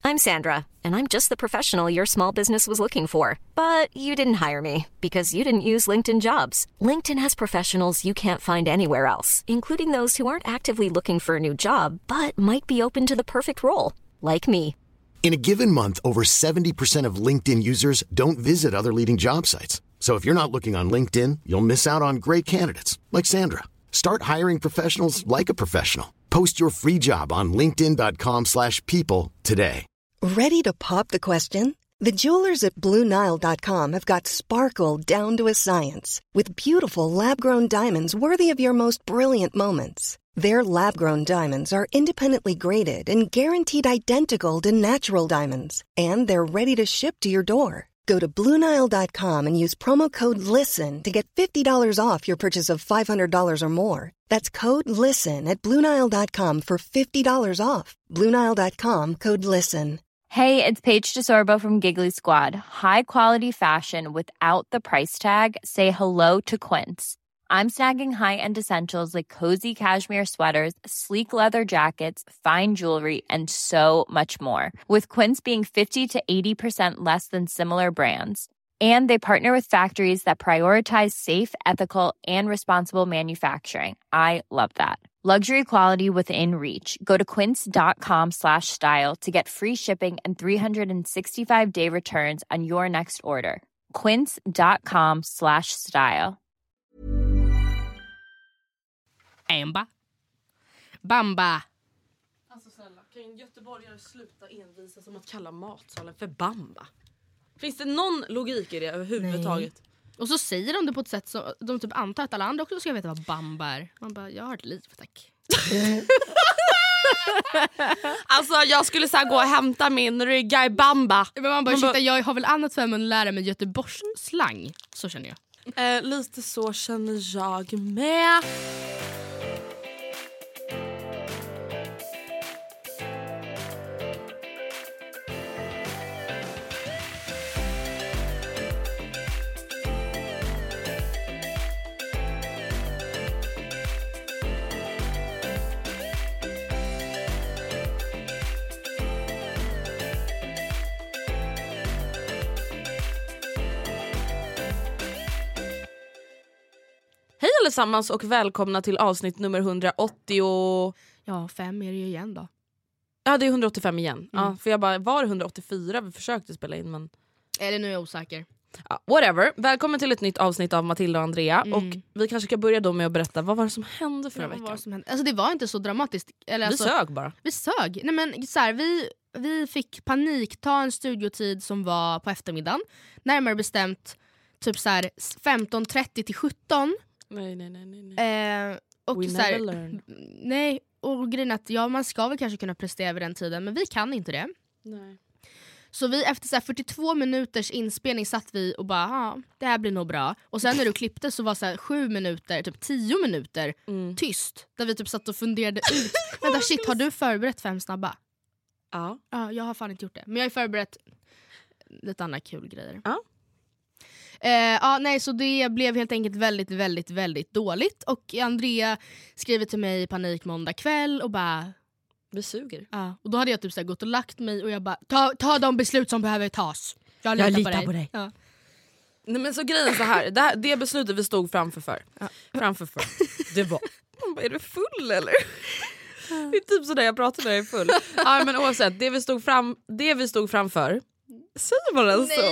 I'm Sandra, and I'm just the professional your small business was looking for. But you didn't hire me because you didn't use LinkedIn Jobs. LinkedIn has professionals you can't find anywhere else, including those who aren't actively looking for a new job, but might be open to the perfect role, like me. In a given month, over 70% of LinkedIn users don't visit other leading job sites. So if you're not looking on LinkedIn, you'll miss out on great candidates like Sandra. Start hiring professionals like a professional. Post your free job on linkedin.com/people today. Ready to pop the question? The jewelers at BlueNile.com have got sparkle down to a science with beautiful lab-grown diamonds worthy of your most brilliant moments. Their lab-grown diamonds are independently graded and guaranteed identical to natural diamonds. And they're ready to ship to your door. Go to BlueNile.com and use promo code LISTEN to get $50 off your purchase of $500 or more. That's code LISTEN at BlueNile.com for $50 off. BlueNile.com, code LISTEN. Hey, it's Paige DeSorbo from Giggly Squad. High quality fashion without the price tag. Say hello to Quince. I'm snagging high-end essentials like cozy cashmere sweaters, sleek leather jackets, fine jewelry, and so much more. With Quince being 50 to 80% less than similar brands. And they partner with factories that prioritize safe, ethical, and responsible manufacturing. I love that. Luxury quality within reach. Go to quince.com/style to get free shipping and 365-day returns on your next order. Quince.com/style. Bamba. Alltså snälla, kan en göteborgare sluta envisa som att kalla matsalen för Bamba? Finns det någon logik i det överhuvudtaget? Nej. Och så säger de det på ett sätt som de typ antar att alla andra också ska veta vad Bamba är. Man bara, jag har ett liv, tack. Alltså jag skulle så här gå och hämta min rygga i Bamba. Men man bara, jag har väl annat för mig att lära mig Göteborgs slang. Så känner jag. Lite så känner jag med. Hej allesammans och välkomna till avsnitt nummer 180. Ja, 5 är det ju igen då. Ja, det är 185 igen. Ja, för jag bara, var det 184? Vi försökte spela in, men... Eller nu är jag osäker. Ja, whatever. Välkommen till ett nytt avsnitt av Matilda och Andrea. Och vi kanske ska börja då med att berätta vad var det som hände förra veckan. Vad var det som hände? Alltså det var inte så dramatiskt. Eller, vi sög bara. Vi sög. Nej, men så här, vi fick panik ta en studiotid som var på eftermiddagen. Närmare bestämt typ så här 15:30 till 17. Nej. Och We så här, never learn. nej, och grejen att man ska väl kanske kunna prestera vid den tiden, men vi kan inte det. Nej. Så vi efter så här 42 minuters inspelning satt vi och bara, det här blir nog bra. Och sen när du klippte så var så här 7 minuter, typ 10 minuter tyst. Där vi typ satt och funderade ut. Vänta, shit, har du förberett 5 snabba? Ja. Ja, jag har fan inte gjort det. Men jag har förberett lite andra kul grejer. Ja. Nej, så det blev helt enkelt väldigt, väldigt, väldigt dåligt. Och Andrea skriver till mig i panik måndag kväll och bara... Vi suger. Ja, och då hade jag typ så här gått och lagt mig och jag bara, ta de beslut som behöver tas. Jag litar på dig. Ja. Nej, men så grejen så här, det beslutet vi stod framför. Det var... Man bara, är du full eller? Det är typ sådär jag pratar när jag är full. Ja, men oavsett, det vi stod framför. Säger man den så? Nej,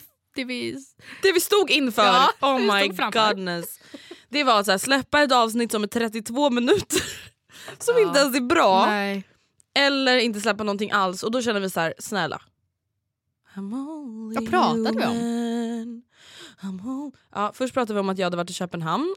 det vi stod inför. Ja, oh my framför. godness. Det var så här, släppa ett avsnitt som är 32 minuter. Som inte ens är bra. Nej. Eller inte släppa någonting alls. Och då känner vi så här, snälla. Vad pratade vi om? Ja, först pratade vi om att jag hade varit i Köpenhamn.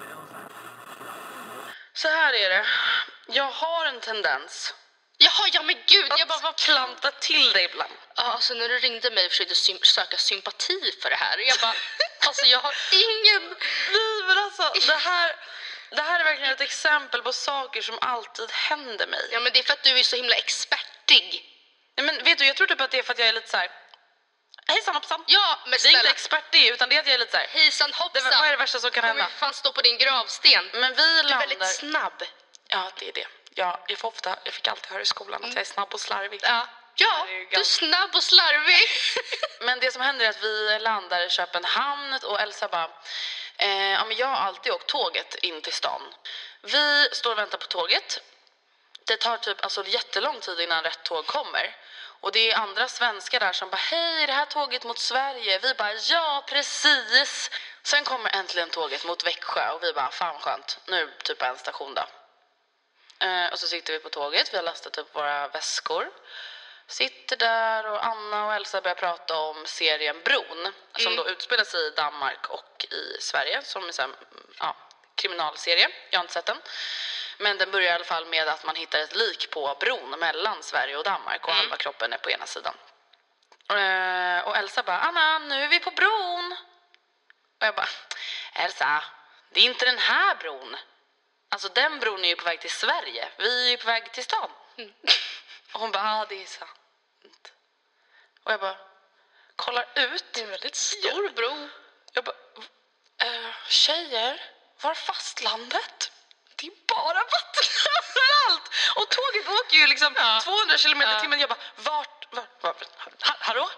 Så här är det. Jag har en tendens. Ja men gud, jag bara var klanta till dig ibland. Ja, alltså när du ringde mig och försökte söka sympati för det här. Jag bara, alltså jag har ingen... Nej, men alltså, det här är verkligen ett exempel på saker som alltid händer mig. Ja, men det är för att du är så himla expertig. Nej, men vet du, jag tror typ att det är för att jag är lite så här. Hejsan hoppsan. Ja, men det är inte expertig, utan det är att jag är lite så här. Hejsan hoppsan. Vad är det värsta som kan hända? Kommer fan stå på din gravsten. Men vi Du är landar... väldigt snabb. Ja, det är det. Ja, jag fick alltid höra i skolan att jag är snabb och slarvig. Ja. Ja, du är snabb och slarvig. Men det som händer är att vi landar i Köpenhamn och Elsa bara... men jag har alltid åkt tåget in till stan. Vi står och väntar på tåget. Det tar typ jättelång tid innan rätt tåg kommer. Och det är andra svenskar där som bara, hej, det här tåget mot Sverige. Vi bara, ja, precis. Sen kommer äntligen tåget mot Växjö och vi bara, fan skönt. Nu typ en station då. Och så sitter vi på tåget, vi har lastat upp våra väskor. Sitter där och Anna och Elsa börjar prata om serien Bron. Som då utspelar sig i Danmark och i Sverige. Som är en kriminalserie, jag har inte sett den. Men den börjar i alla fall med att man hittar ett lik på bron mellan Sverige och Danmark. Och halva kroppen är på ena sidan. Och Elsa bara, Anna, nu är vi på bron. Och jag bara, Elsa, det är inte den här bron. Alltså den bron är ju på väg till Sverige. Vi är ju på väg till stan. Och hon bara, det är sant. Och jag bara, kollar ut. Det är en väldigt stor bro. Jag bara, tjejer, var fastlandet? Det är bara vatten överallt. Och tåget åker ju 200 kilometer i timmen. Jag bara, hallå?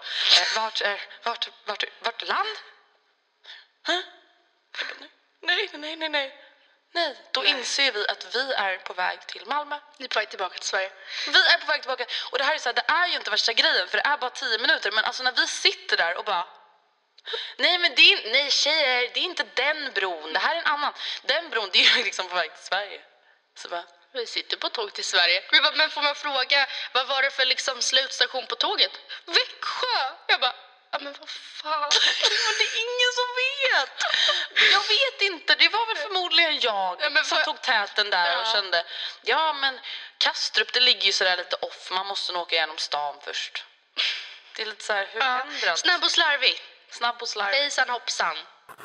Vart är land? Huh? Jag bara, nej. Då inser vi att vi är på väg till Malmö. Vi är på väg tillbaka till Sverige. Vi är på väg tillbaka. Och det här är så här, det är ju inte värsta grejen. För det är bara 10 minuter. Men när vi sitter där och bara... Nej tjejer, det är inte den bron. Det här är en annan. Den bron, det är ju på väg till Sverige. Så bara... Vi sitter på tåg till Sverige. Men får man fråga, vad var det för slutstation på tåget? Växjö! Jag bara, men vad fan? Det är ingen som vet. Jag vet inte, det var väl förmodligen jag som tog täten där och kände, ja men Kastrup, det ligger ju sådär lite off. Man måste nog åka igenom stan först. Det är lite så här, hur händer allt? Snabb och slarvig. Hejsan hoppsan.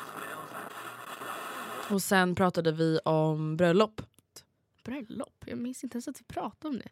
Och sen pratade vi om bröllop. Bröllop? Jag minns inte ens att vi pratade om det.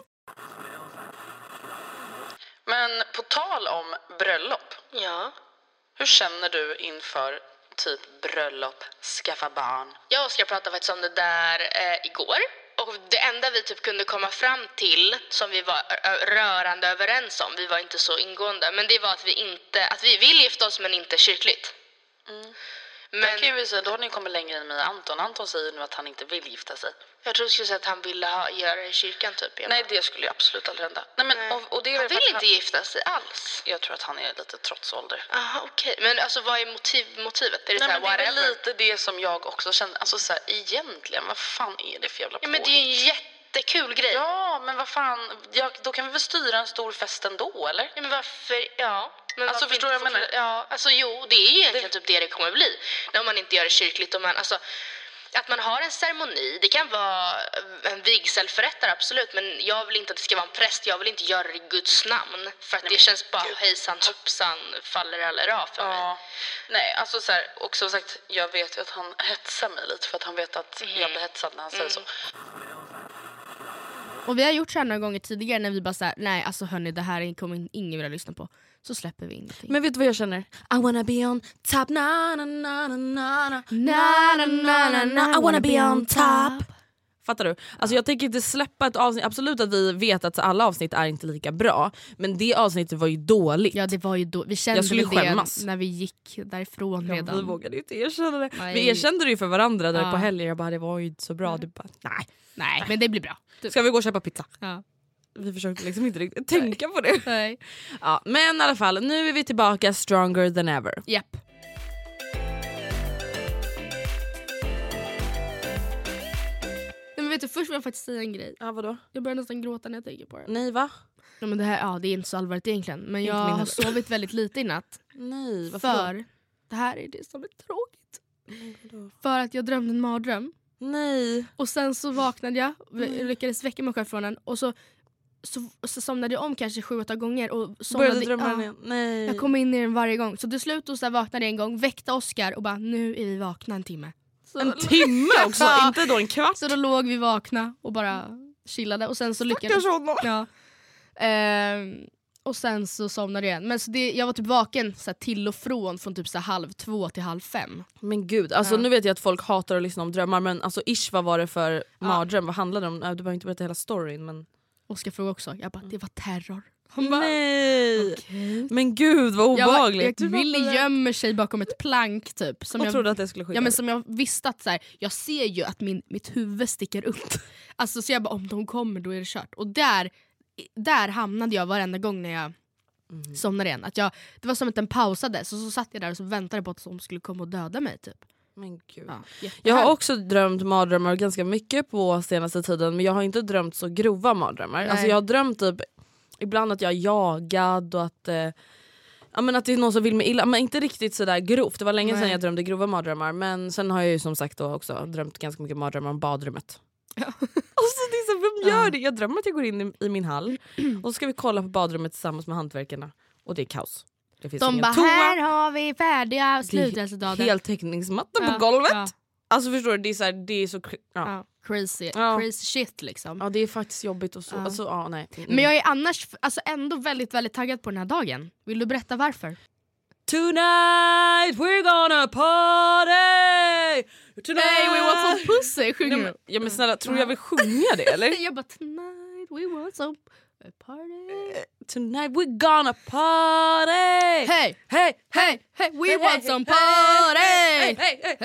Men på tal om bröllop. Ja. Hur känner du inför typ bröllop, skaffa barn? Jag ska prata faktiskt om det där igår. Och det enda vi typ kunde komma fram till, som vi var rörande överens om, vi var inte så ingående, men det var att vi vill gifta oss men inte kyrkligt. Men kan vi säga, då har ni kommit längre än mig. Anton säger nu att han inte vill gifta sig. Jag tror du skulle säga att han ville göra det i kyrkan typ. Nej, det skulle jag absolut aldrig hända. Nej, men, och det är han vill inte gifta sig alls. Jag tror att han är lite trotsålder. Aha, okej. Men vad är motivet? Är det det är väl lite det som jag också känner. Egentligen, vad fan är det för jävla påhitt? Men det är ju en jättekul grej. Ja, men vad fan. då kan vi väl styra en stor fest ändå, eller? Ja, men varför? Ja. Men förstår du vad jag menar? Ja, jo, det är ju egentligen typ det kommer bli. När man inte gör det kyrkligt. Att man har en ceremoni, det kan vara en vigselförrättare, absolut. Men jag vill inte att det ska vara en präst. Jag vill inte göra det i Guds namn. För att det känns bara hejsan hoppsan faller eller av för mig. Nej, också sagt, jag vet ju att han hetsar mig lite. För att han vet att jag blir hetsad när han säger så. Och vi har gjort så här några gånger tidigare när vi bara såhär, nej hörni, det här kommer ingen vilja lyssna på. Så släpper vi ingenting. Men vet du vad jag känner? I wanna be on top, na na na na na na na na na. I wanna be on top. Fattar du? Jag tänker inte släppa ett avsnitt. Absolut att vi vet att alla avsnitt är inte lika bra. Men det avsnittet var ju dåligt. Ja, det var ju vi kände jag skulle skämmas när vi gick därifrån redan. Vi vågade inte erkänna det. Nej. Vi erkände det ju för varandra där på helgen. Jag bara, det var ju inte så bra. Du bara, nej, men det blir bra. Ska vi gå och köpa pizza? Ja. Vi försökte inte riktigt tänka på det. Nej. Ja, men i alla fall, nu är vi tillbaka stronger than ever. Japp. Men vet du, först vill jag faktiskt säga en grej. Ja, vadå? Jag börjar nästan gråta när jag tänker på det. Nej, va? Ja, men det här, det är inte så allvarligt egentligen. Men jag har sovit väldigt lite i natt. Nej, varför? För det här är det som är tråkigt. För att jag drömde en mardröm. Nej. Och sen så vaknade jag, lyckades väcka mig själv från den. Och så somnade jag om kanske 7-8 gånger. Och började drömma den igen? Nej. Jag kom in i den varje gång. Så till slut så vaknade jag en gång, väckte Oscar och bara, nu är vi vakna en timme. En timme också? Inte då en kvart? Så då låg vi vakna och bara chillade. Och sen så lyckades ja. Och sen så somnade jag igen. Men så jag var typ vaken till och från typ 1:30 till 1:30. Men gud, nu vet jag att folk hatar att lyssna om drömmar. Men vad var det för mardröm? Vad handlade det om? Du behöver inte berätta hela storyn. Men... Oskar frågade också. Jag bara, det var terror. Han bara, nej. okej. Men gud vad obehagligt. Willy gömmer sig bakom ett plank typ. Som jag jag trodde att det skulle skydda. Ja, men som jag visste att så här, jag ser ju att mitt huvud sticker upp. Alltså, så jag bara, om de kommer då är det kört. Och där hamnade jag varenda gång när jag somnade igen. Att det var som att den pausade. Så satt jag där och så väntade på att de skulle komma och döda mig typ. Men gud. Ja, jag har också drömt mardrömmar ganska mycket på senaste tiden. Men jag har inte drömt så grova mardrömmar. Alltså, jag har drömt typ ibland att jag är jagad och att... men att det är någon som vill mig illa, men inte riktigt sådär grovt. Det var länge sedan jag drömde grova mardrömmar. Men sen har jag ju som sagt då också drömt ganska mycket mardrömmar om badrummet. Ja. Och så det är så, vem gör det? Jag drömmer att jag går in i min hall och så ska vi kolla på badrummet tillsammans med hantverkarna. Och det är kaos. Det finns de bara, här har vi färdiga slutresultat. Helt täckningsmatta på golvet. Ja. Alltså förstår du, det är så crazy shit liksom. Ja, det är faktiskt jobbigt och så. Alltså, nej. Men jag är annars ändå väldigt, väldigt taggad på den här dagen. Vill du berätta varför? Tonight we're gonna party. Tonight hey, we want some pussy. Sjunger ja, men snälla, tror jag vill sjunga det eller? Jag bara, tonight we want some party. Tonight we're gonna party. Hey, hey, hey, hey, we want some party.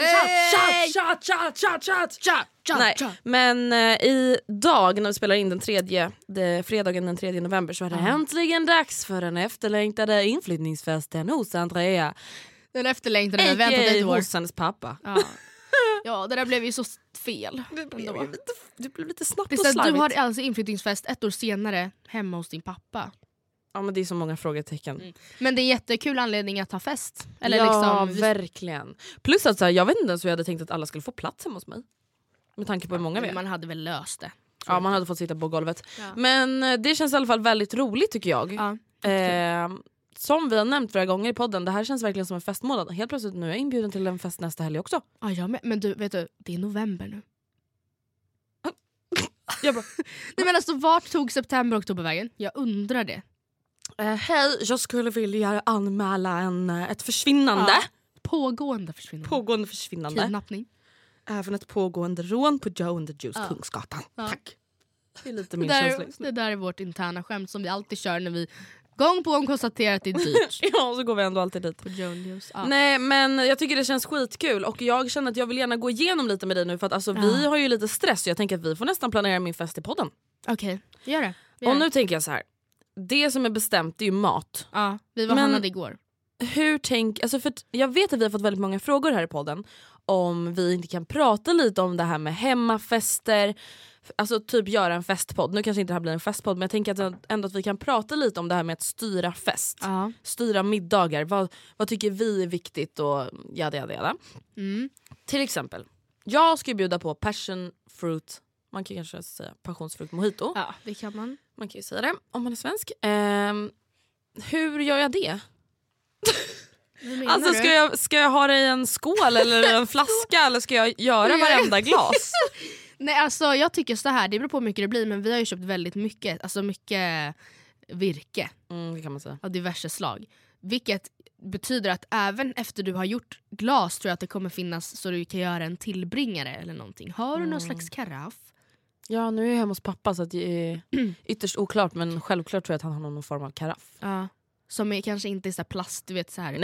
Shot. Nej, men idag när vi spelar in fredagen den 3 november så är det äntligen dags för den efterlängtade inflyttningsfesten hos Andrea. Den efterlängtade har väntat ett år. Hos hennes pappa. Ja, det där blev ju så fel. Det blev lite snabbt och slarvigt. Du har alltså inflyttningsfest ett år senare hemma hos din pappa. Ja, men det är så många frågetecken. Men det är en jättekul anledning att ha fest. Eller ja, liksom... verkligen. Plus att jag vet inte ens hur jag hade tänkt att alla skulle få plats hemma hos mig. Med tanke på hur många vi är. Man hade väl löst det. Ja, man hade fått sitta på golvet. Ja. Men det känns i alla fall väldigt roligt tycker jag. Ja, som vi har nämnt flera gånger i podden, det här känns verkligen som en festmånad. Helt plötsligt nu är jag inbjuden till en fest nästa helg också. Ja, men du, vet du, det är november nu. Jag bara, nej, men alltså, vart tog september och oktober vägen? Jag undrar det. Hej, jag skulle vilja anmäla ett försvinnande. Ja. Pågående försvinnande. Kidnappning. Även ett pågående rån på Joe and the Juice Kungsgatan. Ja. Tack. Det är lite min känsla. Det där är vårt interna skämt som vi alltid kör när vi gång på gång konstaterar att det är dyrt. Ja, så går vi ändå alltid dit. På Joe and the Juice. Ja. Nej, men jag tycker det känns skitkul. Och jag känner att jag vill gärna gå igenom lite med dig nu. För att alltså, vi har ju lite stress. Så jag tänker att vi får nästan planera min fest i podden. Okej, gör det. Och nu tänker jag så här. Det som är bestämt är ju mat. Ja, vi var handlade igår. Alltså för jag vet att vi har fått väldigt många frågor här i podden om vi inte kan prata lite om det här med hemmafester. Alltså typ göra en festpodd. Nu kanske inte det här blir en festpodd, men jag tänker att ändå att vi kan prata lite om det här med att styra fest. Styra middagar. Vad tycker vi är viktigt och jada. Till exempel, jag ska bjuda på passion fruit. Man kan kanske säga passionsfrukt mojito. Ja, det kan man. Man kan ju säga det om man är svensk. Hur gör jag det? Alltså ska jag ha det i en skål eller en flaska eller ska jag göra varenda glas? Nej, alltså jag tycker så här, det beror på hur mycket det blir, men vi har ju köpt väldigt mycket, alltså mycket virke. Det kan man säga. Av diverse slag. Vilket betyder att även efter du har gjort glas tror jag att det kommer finnas så du kan göra en tillbringare eller någonting. Har du någon slags karaff? Ja, nu är jag hemma hos pappa så att det är ytterst oklart, men självklart tror jag att han har någon form av karaff. Ja. Som är kanske inte så plast, du vet så här.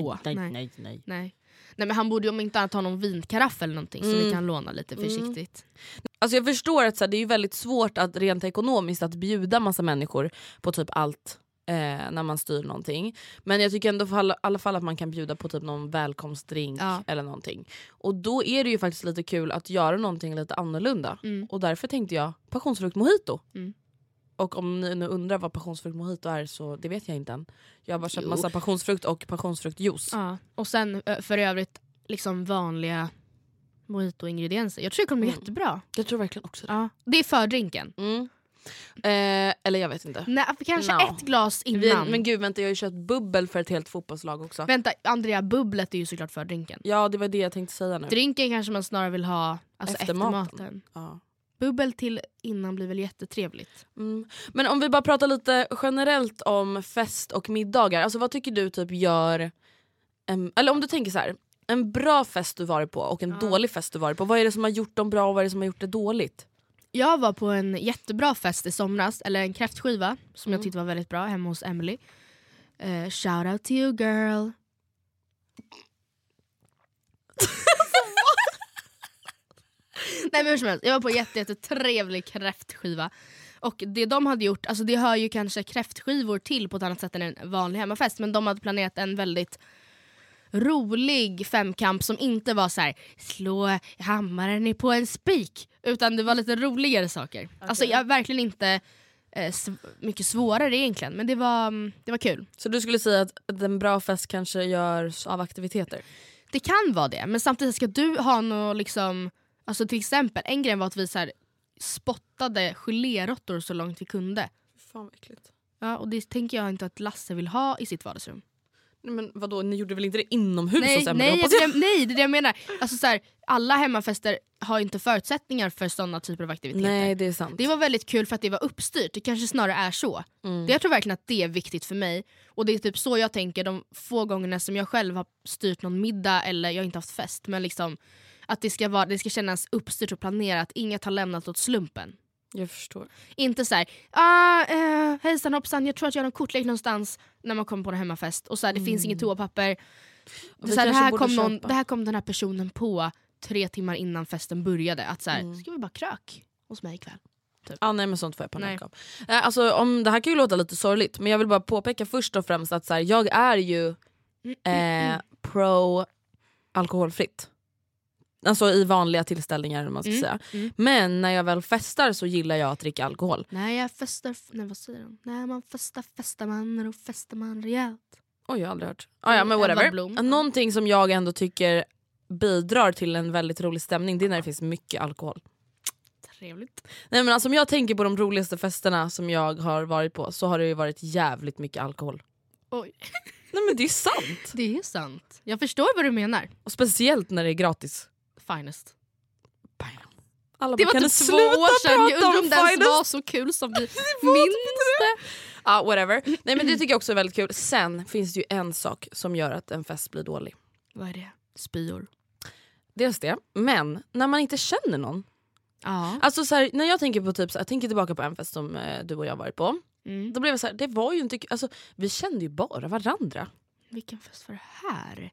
Nej, men han borde ju om inte annat ha någon vinkaraff eller någonting som vi kan låna lite försiktigt. Alltså jag förstår att så här, det är ju väldigt svårt att rent ekonomiskt att bjuda massa människor på typ allt när man styr någonting. Men jag tycker ändå i alla fall att man kan bjuda på typ någon välkomstdrink eller någonting. Och då är det ju faktiskt lite kul att göra någonting lite annorlunda. Och därför tänkte jag passionsfrukt mojito. Och om ni nu undrar vad passionsfrukt mojito är så det vet jag inte än. Jag har bara köpt massa passionsfrukt och passionsfruktjuice. Ja. Och sen för övrigt liksom vanliga mojito-ingredienser. Jag tror det kommer bli jättebra. Jag tror verkligen också det. Ja. Det är för drinken. Eller jag vet inte. Nej, kanske ett glas innan. Men gud, vänta, jag har ju köpt bubbel för ett helt fotbollslag också. Vänta, Andrea, bubblet är ju såklart för drinken. Ja, det var det jag tänkte säga nu. Drinken kanske man snarare vill ha alltså efter maten. Ja. Bubbel till innan blir väl jättetrevligt. Men om vi bara pratar lite generellt om fest och middagar. Alltså vad tycker du typ gör... eller om du tänker så här. En bra fest du varit på och en dålig fest du varit på. Vad är det som har gjort dem bra och vad är det som har gjort det dåligt? Jag var på en jättebra fest i somras, eller en kräftskiva som jag tyckte var väldigt bra hemma hos Emily. Shout out to you girl. Nej men hur som helst, jag var på en jättetrevlig kräftskiva. Och det de hade gjort, alltså det hör ju kanske kräftskivor till på ett annat sätt än en vanlig hemmafest. Men de hade planerat en väldigt rolig femkamp som inte var så här: slå hammaren på en spik. Utan det var lite roligare saker. Okay. Alltså jag verkligen inte mycket svårare egentligen. Men det var kul. Så du skulle säga att en bra fest kanske görs av aktiviteter? Det kan vara det, men samtidigt ska du ha något liksom... Alltså till exempel, en grej var att vi så här spottade gelérottor så långt vi kunde. Fan vad äckligt. Ja, och det tänker jag inte att Lasse vill ha i sitt vardagsrum. Nej, men vadå, ni gjorde väl inte det inomhus? Nej, det är det jag menar. Alltså så här, alla hemmafester har inte förutsättningar för sådana typer av aktiviteter. Nej, det är sant. Det var väldigt kul för att det var uppstyrt. Det kanske snarare är så. Jag tror verkligen att det är viktigt för mig. Och det är typ så jag tänker de få gångerna som jag själv har styrt någon middag eller jag har inte haft fest. Men liksom att det ska kännas uppstyrt och planerat. Inget har lämnat åt slumpen. Jag förstår. Inte så här, hejsan hoppsan, jag tror att jag har en kortlek någonstans när man kommer på en hemmafest. Och så här, det finns inget toapapper. Det här kom den här personen på 3 timmar innan festen började. Att så här, ska vi bara krök hos mig ikväll? Typ. Nej men sånt får jag panik av. Alltså, det här kan ju låta lite sorgligt. Men jag vill bara påpeka först och främst att så här, jag är ju pro alkoholfritt. Alltså i vanliga tillställningar man ska säga. Men när jag väl festar så gillar jag att dricka alkohol. När man festar man och festar man rejält. Oj, jag har aldrig hört. Men whatever. Någonting som jag ändå tycker bidrar till en väldigt rolig stämning, det är när det finns mycket alkohol. Trevligt. Nej men alltså om jag tänker på de roligaste festerna som jag har varit på, så har det ju varit jävligt mycket alkohol. Oj. Nej men det är sant. Det är sant. Jag förstår vad du menar. Och speciellt när det är gratis. Finest. Alla det var typ 2 år sedan. Jag undrar om det ens var så kul som vi minns det. Ja, whatever. Nej men det tycker jag också är väldigt kul. Sen finns det ju en sak som gör att en fest blir dålig. Vad är det? Spyor. Dels det. Men när man inte känner någon. Ja. Alltså så här, när jag tänker på typ så här, jag tänker tillbaka på en fest som du och jag varit på. Då blev det så här, det var ju inte, alltså vi kände ju bara varandra. Vilken fest var det här?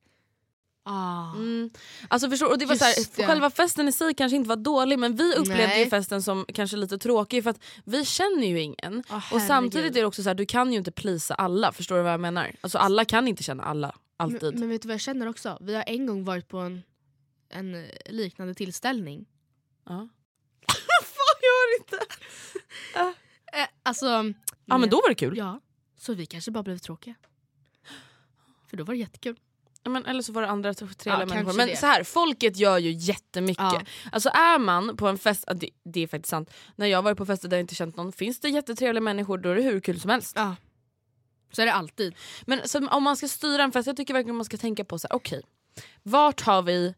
Alltså förstår, och det var så här, själva festen i sig kanske inte var dålig, men vi upplevde ju festen som kanske lite tråkig för att vi känner ju ingen. Och samtidigt är det också så här, du kan ju inte plisa alla, förstår du vad jag menar? Alltså alla kan inte känna alla alltid. Men vet du vad jag känner också? Vi har en gång varit på en liknande tillställning. Ja. Fan, gör inte. Alltså men då var det kul. Ja, så vi kanske bara blev tråkiga. För då var det jättekul. Men, eller så var det andra trevliga människor. Men så här, folket gör ju jättemycket. Alltså är man på en fest, det är faktiskt sant. När jag var på fester där jag inte känt någon, finns det jättetrevliga människor, då är det hur kul som helst. Ja. Så är det alltid. Men så, om man ska styra en fest, jag tycker verkligen man ska tänka på så här, okej, vart har vi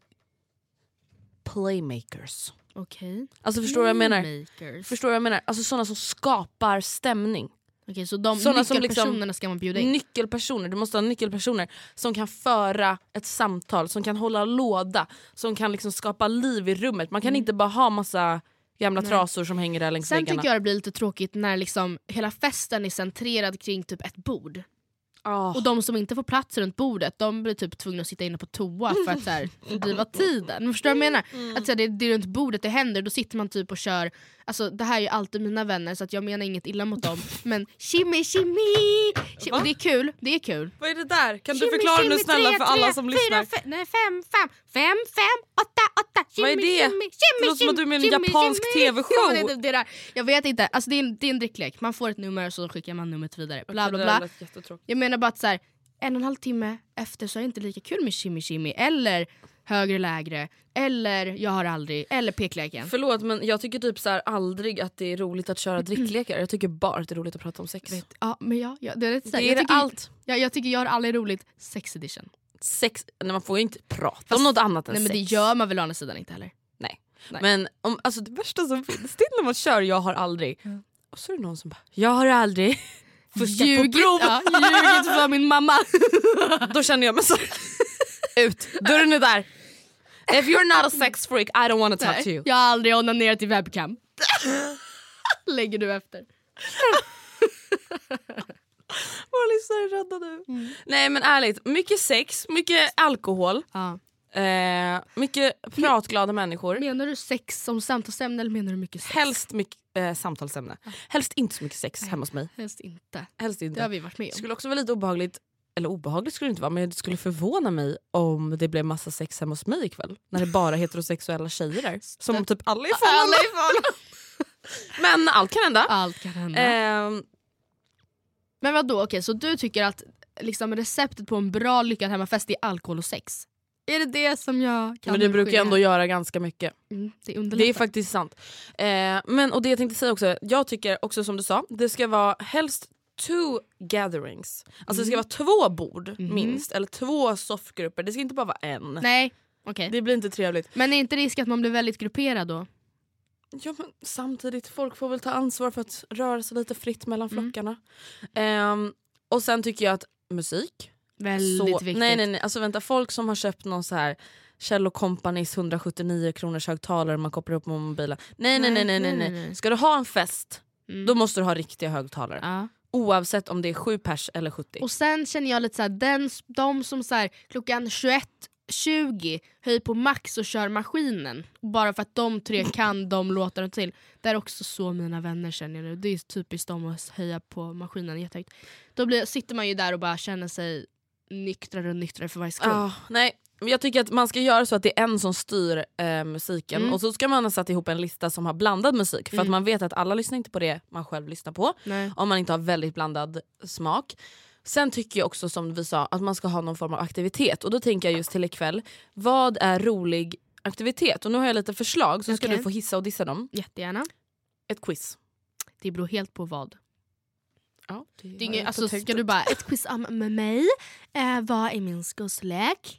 playmakers? Okej. Alltså förstår du vad jag menar? Förstår du vad jag menar? Alltså sådana som skapar stämning. Okej, så de nyckelpersonerna ska man bjuda in? Nyckelpersoner, du måste ha nyckelpersoner som kan föra ett samtal, som kan hålla låda, som kan liksom skapa liv i rummet. Man kan inte bara ha massa gamla trasor som hänger där längs väggarna. Sen tycker jag det blir lite tråkigt när liksom hela festen är centrerad kring typ ett bord. Och de som inte får plats runt bordet, de blir typ tvungna att sitta inne på toa för att så här, driva tiden. Förstår du vad jag menar? Att så här, det är runt bordet det händer, då sitter man typ och kör. Alltså det här är ju alltid mina vänner, så att jag menar inget illa mot dem. Men shimmy. Och det är kul, det är kul. Vad är det där? Kan du förklara nu snälla för alla som lyssnar? 5, 8. Vad är det? Det låter som att du är med en japansk tv-show. Jag vet inte, alltså det är en dricklek. Man får ett nummer och så skickar man numret vidare. Bla bla bla. Jag menar bara att så här, 1,5 timme efter så är det inte lika kul med shimmy eller högre lägre eller jag har aldrig eller pekleken. Förlåt, men jag tycker typ så här aldrig att det är roligt att köra dricklekar. Jag tycker bara att det är roligt att prata om sex. Ja, men det är så här, jag tycker, allt. Jag tycker jag har aldrig roligt sex edition. Sex, nej, man får ju inte prata om något annat än sex. Nej, men det gör man väl å andra sidan inte heller. Nej. Men alltså det värsta som finns, det är när man kör jag har aldrig. Och så är det någon som bara, jag har aldrig. Ljugit för min mamma. Då känner jag mig så ut. Dörren är där. If you're not a sex freak, I don't want to talk to you. Jag har aldrig onanerat i webcam. Lägger du efter. Våra lyssnare är rädda nu. Nej men ärligt, mycket sex, mycket alkohol. Ja. Mycket pratglada människor. Menar du sex som samtalsämne eller menar du mycket sex? Helst mycket samtalsämne. Helst inte så mycket sex hemma hos mig. Helst inte. Helst inte. Det har vi varit med Det om. skulle också vara lite obehagligt. Eller obehagligt skulle det inte vara, men det skulle förvåna mig om det blev massa sex hemma hos mig ikväll. När det bara heterosexuella tjejer där. Som om typ alla är fulla. Men allt kan hända. Allt kan hända. Men vadå, okej, så du tycker att liksom, receptet på en bra lyckad hemmafest är alkohol och sex? Är det det som jag kan? Men det brukar ändå göra ganska mycket. Det är faktiskt sant. Men och det jag tänkte säga också, jag tycker också som du sa, det ska vara helst 2 gatherings. Alltså det ska vara 2 bord minst, eller 2 soffgrupper. Det ska inte bara vara en. Nej, okej. Det blir inte trevligt. Men är inte risk att man blir väldigt grupperad då? Ja, men samtidigt, folk får väl ta ansvar för att röra sig lite fritt mellan flockarna. Och sen tycker jag att musik Väldigt viktigt. Nej, alltså vänta, folk som har köpt någon så här Kjell & Companys 179 kronors högtalare man kopplar upp med mobilen. Nej. Ska du ha en fest, då måste du ha riktiga högtalare. Ja. Oavsett om det är 7 pers eller 70. Och sen känner jag lite så här, de som så här, klockan 21:20 höjer på max och kör maskinen bara för att de 3 kan de låtarna till. Det är också så mina vänner känner nu. Det är typiskt dem att höja på maskinen jättehögt. Då sitter man ju där och bara känner sig nyktrare och nyktrare för varje sekund. Nej, jag tycker att man ska göra så att det är en som styr musiken. Och så ska man ha satt ihop en lista som har blandad musik. För att man vet att alla lyssnar inte på det man själv lyssnar på. Nej. Om man inte har väldigt blandad smak. Sen tycker jag också som vi sa att man ska ha någon form av aktivitet. Och då tänker jag just till ikväll, vad är rolig aktivitet? Och nu har jag lite förslag så ska du få hissa och dissa dem. Jättegärna. Ett quiz. Det beror helt på vad. Ja, Det är inget, alltså, ska du bara ett quiz med mig? Vad är min skosslek?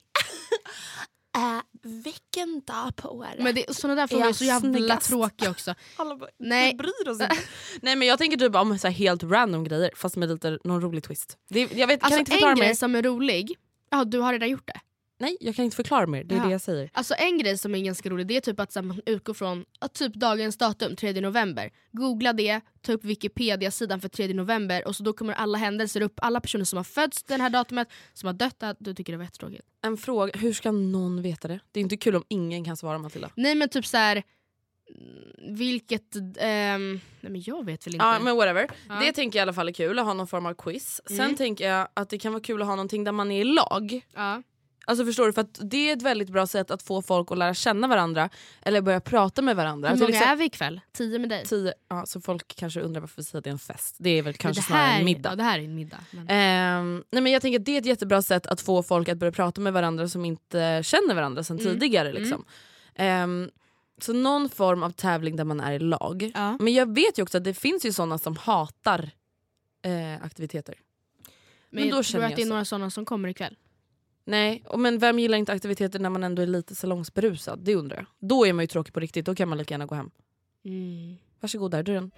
Vilken dag på året? Men sådana där frågor är så jävla tråkiga också. Alla bara, nej. Bryr oss inte. Nej men jag tänker typ om så här helt random grejer fast med lite någon rolig twist. Jag vet, alltså, kan inte förklara en mer. grej som är rolig. Ja, du har redan gjort det. Nej, jag kan inte förklara mer. Det är det jag säger. Alltså en grej som är ganska rolig, det är typ att så, man utgår från att typ dagens datum, 3 november. Googla det, ta upp Wikipedia-sidan för 3 november och så då kommer alla händelser upp, alla personer som har fötts den här datumet, som har dött. Du tycker det var jättetråkigt. En fråga, hur ska någon veta det? Det är inte kul om ingen kan svara, Matilda. Nej men typ så här. Vilket nej men jag vet väl inte. Ja men whatever. Ja. Det tänker jag i alla fall är kul att ha någon form av quiz. Sen tänker jag att det kan vara kul att ha någonting där man är i lag. Ja. Alltså förstår du, för att det är ett väldigt bra sätt att få folk att lära känna varandra eller börja prata med varandra. Hur många är vi ikväll? 10 med dig? 10, ja, så folk kanske undrar varför vi säger att det är en fest. Det är väl kanske det här, snarare en middag. Ja, det här är en middag. Men... nej men jag tänker att det är ett jättebra sätt att få folk att börja prata med varandra som inte känner varandra sedan tidigare liksom. Så någon form av tävling där man är i lag. Ja. Men jag vet ju också att det finns ju sådana som hatar aktiviteter. Men då jag känner tror att jag det är så. några sådana som kommer ikväll. Nej, men vem gillar inte aktiviteter när man ändå är lite salongsberusad? Det undrar jag. Då är man ju tråkig på riktigt, då kan man lika gärna gå hem. Varsågod, där är dörren.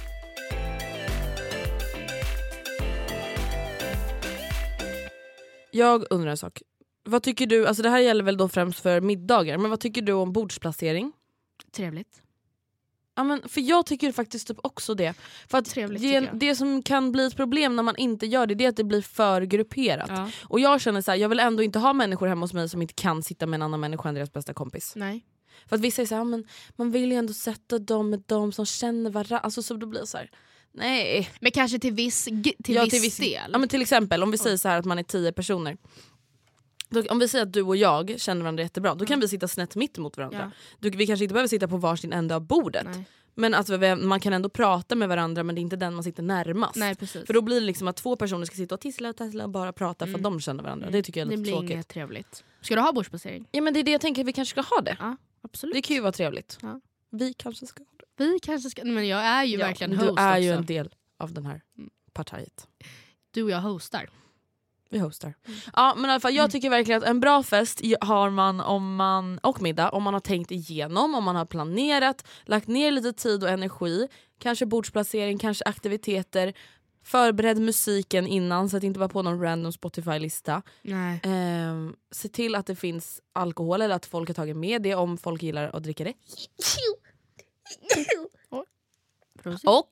Jag undrar en sak. Vad tycker du, alltså det här gäller väl då främst för middagar, men vad tycker du om bordsplacering? Trevligt. Ja, men för jag tycker faktiskt typ också det. För att Trevligt, det som kan bli ett problem när man inte gör det är att det blir för grupperat. Ja. Och jag känner så här, jag vill ändå inte ha människor hemma hos mig som inte kan sitta med en annan människa än deras bästa kompis. Nej. För att vissa är så här, men man vill ju ändå sätta dem med dem som känner varandra. Alltså så då blir det så här. Nej. Men kanske till viss del. Ja, men till exempel om vi säger så här att man är 10 personer. Om vi säger att du och jag känner varandra jättebra, då kan vi sitta snett mitt emot varandra. Vi kanske inte behöver sitta på varsin ända av bordet. Nej. Men att man kan ändå prata med varandra, men det är inte den man sitter närmast. Nej, precis. För då blir det liksom att 2 personer ska sitta och tissla och bara prata för att de känner varandra. Det tycker jag är lite tråkigt. Det blir inget trevligt. Ska du ha bordsplacering? Ja men det är det jag tänker, vi kanske ska ha det. Ja, absolut. Det kan ju vara trevligt. Ja. Vi kanske ska ha det. Vi kanske ska, men jag är ju verkligen du host är också. ju en del av den här partiet. Du och jag hostar. Vi hostar. Ja men i alla fall, jag tycker verkligen att en bra fest har man och middag om man har tänkt igenom, om man har planerat, lagt ner lite tid och energi, kanske bordsplacering, kanske aktiviteter, förbered musiken innan så att det inte bara på någon random Spotify-lista. Nej. Se till att det finns alkohol eller att folk har tagit med det om folk gillar att dricka det. Och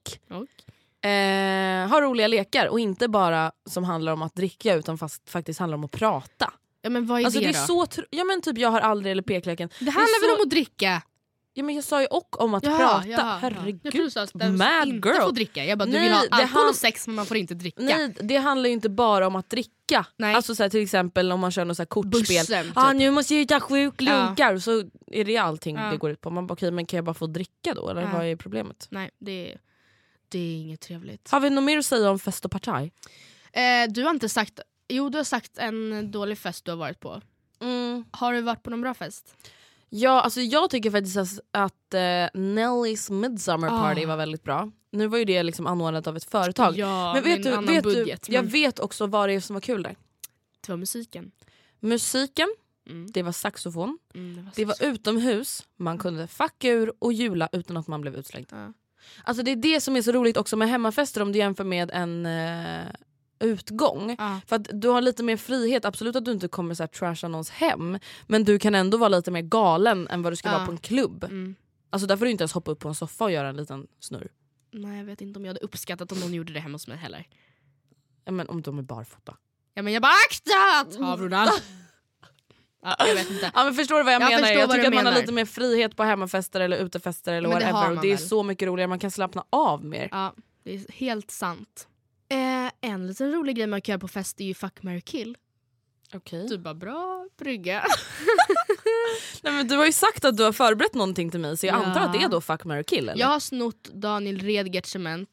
ha roliga lekar och inte bara som handlar om att dricka utan faktiskt handlar om att prata. Ja, men vad är alltså, det är då? Så ja men typ jag har aldrig eller pekleken. Det handlar väl om att dricka? Ja men jag sa ju och om att prata. Herregud, mad inte girl. Får dricka. Jag bara, du vill ha alkohol och sex men man får inte dricka. Nej, det handlar ju inte bara om att dricka. Nej. Alltså så här, till exempel om man kör något så här kortspel. Bussen, typ. Nu måste jag ta 7 klunkar. Så är det allting det går ut på. Man bara, okej, men kan jag bara få dricka då? Eller vad är problemet? Nej, det är inget trevligt. Har vi något mer att säga om fest och partaj? Du har inte sagt... Jo, du har sagt en dålig fest du har varit på. Har du varit på någon bra fest? Ja, alltså jag tycker faktiskt att Nellys Midsummer Party var väldigt bra. Nu var ju det liksom anordnat av ett företag. Ja, men vet budget, du, jag vet också vad det är som var kul där. Det var musiken. Det var saxofon. Det var utomhus. Man kunde fucka ur och jula utan att man blev utslängd. Alltså det är det som är så roligt också med hemmafester om du jämför med en utgång. För att du har lite mer frihet. Absolut att du inte kommer så här trasha någons hem. Men du kan ändå vara lite mer galen än vad du ska vara på en klubb. Alltså där får du inte ens hoppa upp på en soffa och göra en liten snurr. Nej, jag vet inte om jag hade uppskattat om någon gjorde det hemma hos mig heller. Ja, men om de är barfota. Ja, men jag bara akta tavrorna. Jag vet inte. Ja, men förstår du vad jag menar? Jag tycker att man menar. har lite mer frihet på hemmafester eller utefester eller men whatever. Det är väl. så mycket roligare. Man kan slappna av mer. Ja, det är helt sant. En liten rolig grej man kan göra på fest är ju fuck, marry, kill. Okej. Du bara, bra brygga. Nej, men du har ju sagt att du har förberett någonting till mig. Så jag antar att det är då fuck, marry, kill eller? Jag har snott Daniel Redgerts cement.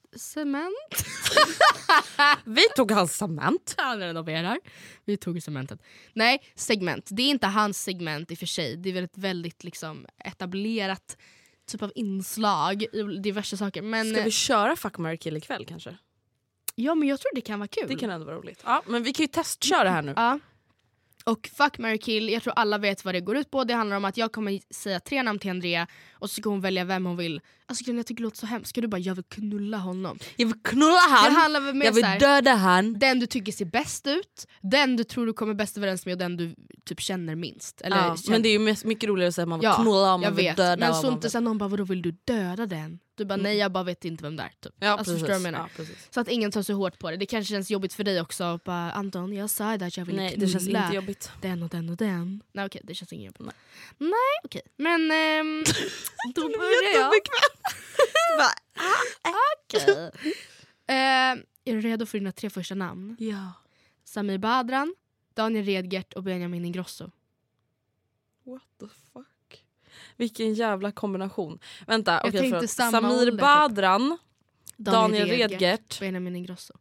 Vi tog hans cement. Han renoverar. Vi tog cementet. Nej, segment. Det är inte hans segment i och för sig. Det är väl ett väldigt liksom etablerat typ av inslag i diverse saker. Men ska vi köra fuck, marry, kill ikväll kanske? Ja, men jag tror det kan vara kul. Det kan ändå vara roligt. Ja, men vi kan ju testköra här nu. Ja. Och fuck, marry, kill, jag tror alla vet vad det går ut på. Det handlar om att jag kommer säga 3 namn till Andrea och så ska hon välja vem hon vill. Alltså jag tycker det låter så hemskt. Ska du bara, jag vill knulla honom. Jag vill knulla han. Det handlar väl med jag vill döda han. Den du tycker ser bäst ut, den du tror du kommer bäst överens med och den du typ känner minst. Eller men det är ju mycket roligare att säga att man vill knulla om, man vill döda. Men så inte sen någon bara, vadå vill du döda den? Du bara, nej jag bara vet inte vem det är typ. Ja, alltså, förstår du vad jag menar? Ja, så att ingen tar så hårt på det. Det kanske känns jobbigt för dig också. Bara, Anton, jag sa att jag vill knulla. Nej, det känns inte jobbigt. Den och den och den. Nej okej, det känns inget jobbigt. Nej okej. Men då börjar jag. Okej. Är du redo för dina 3 första namn? Ja. Samir Badran, Daniel Redgert och Benjamin Ingrosso. What the fuck? Vilken jävla kombination. Vänta, jag tänkte Samir Badran, Daniel Redgert, Benjamin Ingrosso.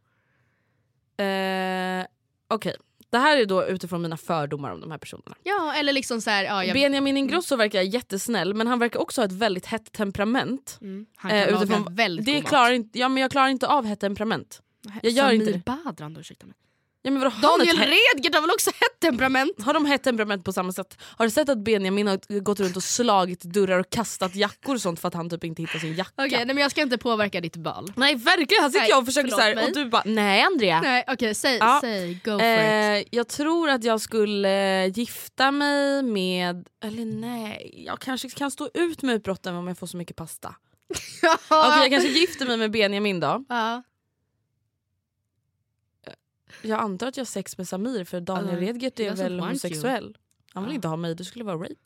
Okej. Det här är då utifrån mina fördomar om de här personerna. Ja, eller liksom så här, Benjamin Ingrosso verkar jättesnäll, men han verkar också ha ett väldigt hett temperament. Han kan laga väldigt det god klarar inte, men jag klarar inte av hett temperament. Jag gör inte det. Badran då, ursäkta mig. Ja, men Daniel Redgert har väl också hett temperament? Har de hett temperament på samma sätt? Har du sett att Benjamin har gått runt och slagit dörrar och kastat jackor och sånt för att han typ inte hittar sin jacka? Okej, men jag ska inte påverka ditt val. Nej, verkligen. Han sitter jag och försöker så här, och du bara, nej Andrea. Nej, okej, säg, go for it. Jag tror att jag skulle gifta mig med, eller nej, jag kanske kan stå ut med utbrotten om jag får så mycket pasta. Okej, jag kanske gifter mig med Benjamin då. Ja. Jag antar att jag har sex med Samir för Daniel Redgert är väl homosexuell. Han vill inte ha mig, det skulle vara rape.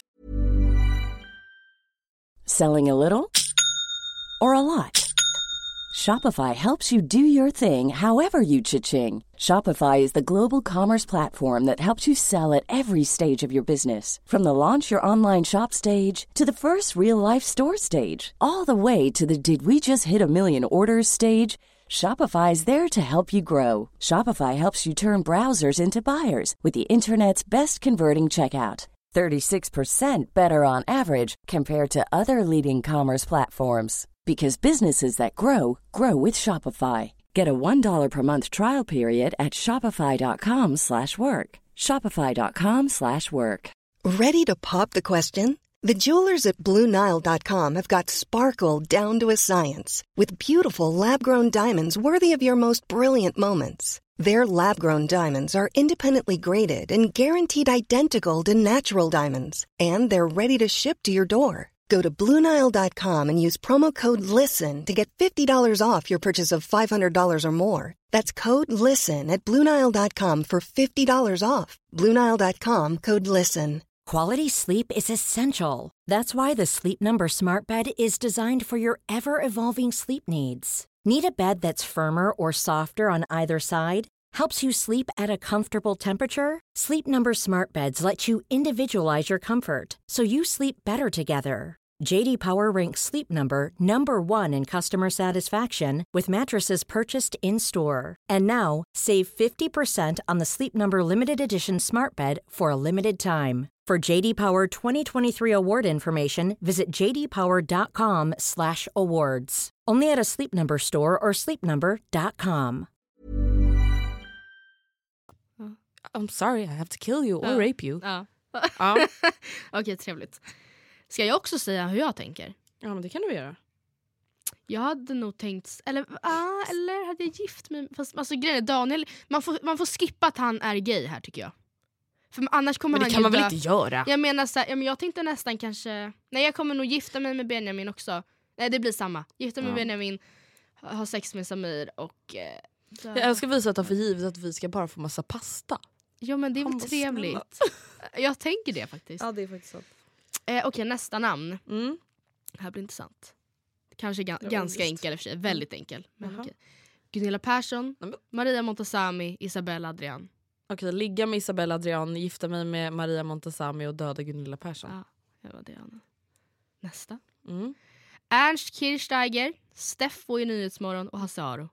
Selling a little or a lot? Shopify helps you do your thing however you cha-ching. Shopify is the global commerce platform that helps you sell at every stage of your business. From the launch your online shop stage to the first real-life store stage. All the way to the did we just hit a million orders stage. Shopify is there to help you grow. Shopify helps you turn browsers into buyers with the internet's best converting checkout. 36% better on average compared to other leading commerce platforms. Because businesses that grow, grow with Shopify. Get a $1 per month trial period at shopify.com/work. Shopify.com/work. Ready to pop the question? The jewelers at BlueNile.com have got sparkle down to a science with beautiful lab-grown diamonds worthy of your most brilliant moments. Their lab-grown diamonds are independently graded and guaranteed identical to natural diamonds, and they're ready to ship to your door. Go to BlueNile.com and use promo code LISTEN to get $50 off your purchase of $500 or more. That's code LISTEN at BlueNile.com for $50 off. BlueNile.com, code LISTEN. Quality sleep is essential. That's why the Sleep Number Smart Bed is designed for your ever-evolving sleep needs. Need a bed that's firmer or softer on either side? Helps you sleep at a comfortable temperature? Sleep Number Smart Beds let you individualize your comfort so you sleep better together. JD Power ranks Sleep Number #1 in customer satisfaction with mattresses purchased in-store. And now, save 50% on the Sleep Number Limited Edition Smart Bed for a limited time. For JD Power 2023 award information, visit jdpower.com/awards. Only at a Sleep Number store or sleepnumber.com. I'm sorry, I have to kill you or rape you. Ja. Ja. Okej, trevligt. Ska jag också säga hur jag tänker? Ja, men det kan du göra. Jag hade nog tänkt... Eller hade jag gift mig... Fast, alltså, grejen är, Daniel... Man får skippa att han är gay här, tycker jag. För annars kommer men det han kan man dö. väl inte göra? Jag menar så här, jag tänkte nästan kanske... Nej, jag kommer nog gifta mig med Benjamin också. Nej, det blir samma. Gifta mig med Benjamin, ha sex med Samir och... Jag ska visa att ta för givet att vi ska bara få massa pasta. Ja, men det är väl trevligt. Jag tänker det faktiskt. Ja, det är faktiskt sant. Okej, nästa namn. Det här blir intressant. Kanske ganska enkel i och för sig. Väldigt enkel. Men okej. Gunilla Persson, Maria Montazami, Isabella Adrian. Okej, ligga med Isabella Adrian, gifta mig med Maria Montazami och döda Gunilla Persson. Ja, det var det. Nästa. Ernst Kirchsteiger, Steffo i Nyhetsmorgon och Hasse Aro.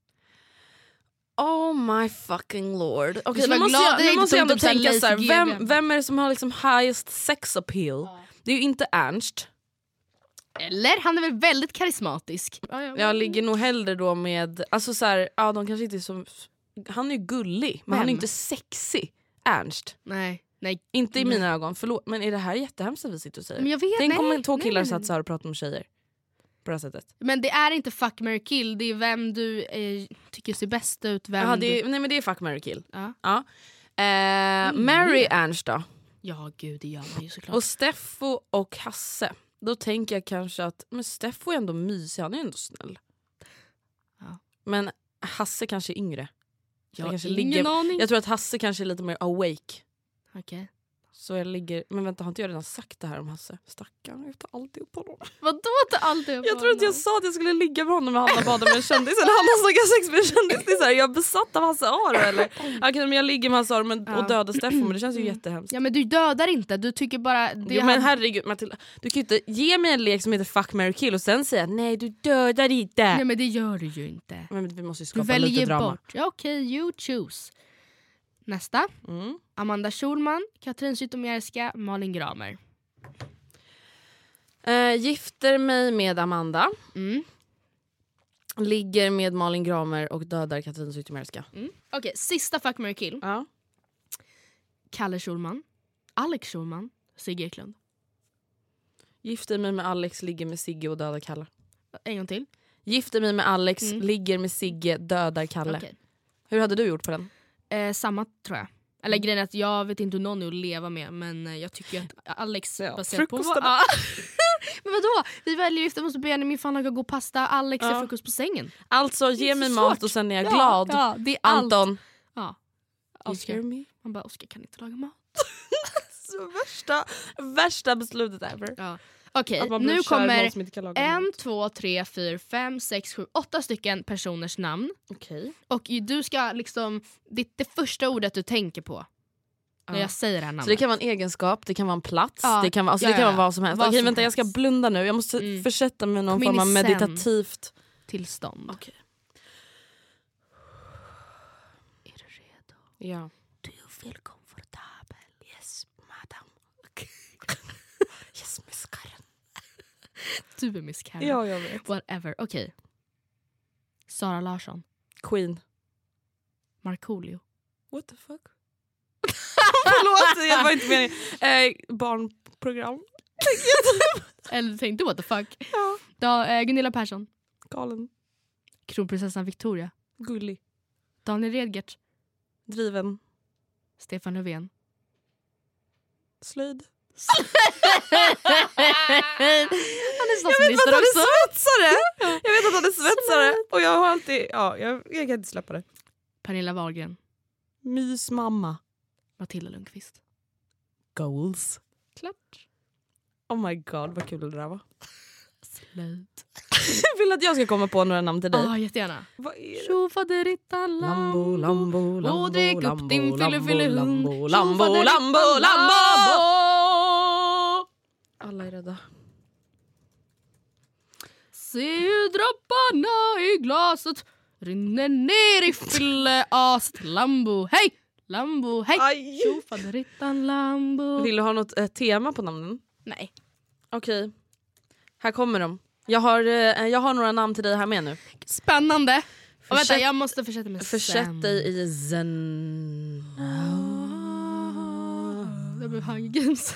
Oh my fucking lord. Okej, nu nu måste jag ändå tänka så här, GV. vem är det som har liksom highest sex appeal? Det är ju inte Ernst. Eller? Han är väl väldigt karismatisk. Jag ligger nog hellre då med, alltså så här, ja, de kanske inte är så, han är ju gullig, men han är inte sexy. Ernst. Nej. Inte i mina ögon, förlåt, men är det här jättehemskt att vi sitter och säger? Men jag vet, tänk om 2 killar satt så här och pratade om tjejer på det här sättet. Men det är inte fuck, marry, kill. Det är vem du tycker ser bäst ut. Vem nej, men det är fuck, marry, kill. Ja. Marry Ernst då. Ja, gud, det gör man ju såklart. Och Steffo och Hasse. Då tänker jag kanske att men Steffo är ändå mysig, han är ändå snäll. Ja. Men Hasse kanske är yngre. Jag kanske ingen aning. Jag tror att Hasse kanske är lite mer awake. Okej. Så jag ligger... Men vänta, har inte jag redan sagt det här om Hasse? Stackarn, jag tar alltid upp honom. Vadå tar alltid upp Jag tror att jag sa att jag skulle ligga med honom när Hanna badade med en kändis. Eller Hanna såg sex med en kändis. Det är så här, jag är besatt av Hasse Aro eller? Okej, men jag ligger med Hasse Aro och dödar Steffo, men det känns ju jättehemskt. Ja, men du dödar inte, du tycker bara... men herregud Matilda, du kan ju inte ge mig en lek som heter fuck, marry, kill och sen säga nej, du dödar inte. Nej, men det gör du ju inte. Men vi måste ju Du skapa väljer lite drama. bort. Ja, okej, you choose. Nästa. Amanda Schulman, Katrin Zytomierska, Malin Gramer. Gifter mig med Amanda. Ligger med Malin Gramer och dödar Katrin Zytomierska. Okej, sista fuck, marry, kill. Ja. Kalle Schulman, Alex Schulman, Sigge Eklund. Gifter mig med Alex, ligger med Sigge och dödar Kalle. En gång till. Gifter mig med Alex, ligger med Sigge, dödar Kalle. Okay. Hur hade du gjort på den? Samma tror jag. Eller grejen är att jag vet inte hur någon är att leva med, men jag tycker att Alex baserat på... Men vadå? Vi väljer ju efter måste Benjamin fan laga god pasta, Alex är frukost på sängen. Alltså ge mig mat och sen är jag glad. Ja, det är Anton. Ja. Oscar. Man bara, Oscar kan inte laga mat. Så värsta beslutet ever. Ja. Okej, nu kommer 1, 2, 3, 4, 5, 6, 7, 8 stycken personers namn. Okej. Och du ska liksom, det första ordet du tänker på när jag säger det här namnet. Så det kan vara en egenskap, det kan vara en plats, det kan vara, det kan vara vad som helst. Okej, vänta, jag ska blunda nu. Jag måste försätta mig i någon form av meditativt tillstånd. Okej. Är du redo? Ja. Do you feel comfortable? Yes, madam. Okay. Yes, Miss Karen. Du är Miss Karen. Ja, jag vet. Whatever. Okej. Sara Larsson. Queen. Markoolio. What the fuck? Förlåt, jag var inte meningen. Barnprogram. Eller du tänkte what the fuck. Ja. Gunilla Persson. Galen. Kronprinsessan Victoria. Gullig. Daniel Redgert. Driven. Stefan Löfven. Slöjd. Han är Jag vet att han också. är svetsare. Jag vet att han är svetsare. Och jag har alltid... Ja, jag kan inte släppa det. Pernilla Wahlgren. Mysmamma. Matilda Lundqvist. Goals. Klart. Oh my god, vad kul det där var. Slut. Jag vill att jag ska komma på några namn till dig. Ja, jättegärna. Vad är det? Tjofaderittan Lambo, lambo, lambo, och drick upp din fyllefyllehund. lambo, lambo, lambo, lambo. Alla är rädda. Se hur dropparna i glaset rinner ner i fylleaset. Lambo, hej! Lambo, hej! Aj. Tjofaderittan Lambo. Vill du ha något tema på namnen? Nej. Okej. Här kommer de. Jag har några namn till dig här med nu. Spännande. Och vänta, Försätt- jag måste försätta mig Försätt dig i zen. Det blev Hunger Games.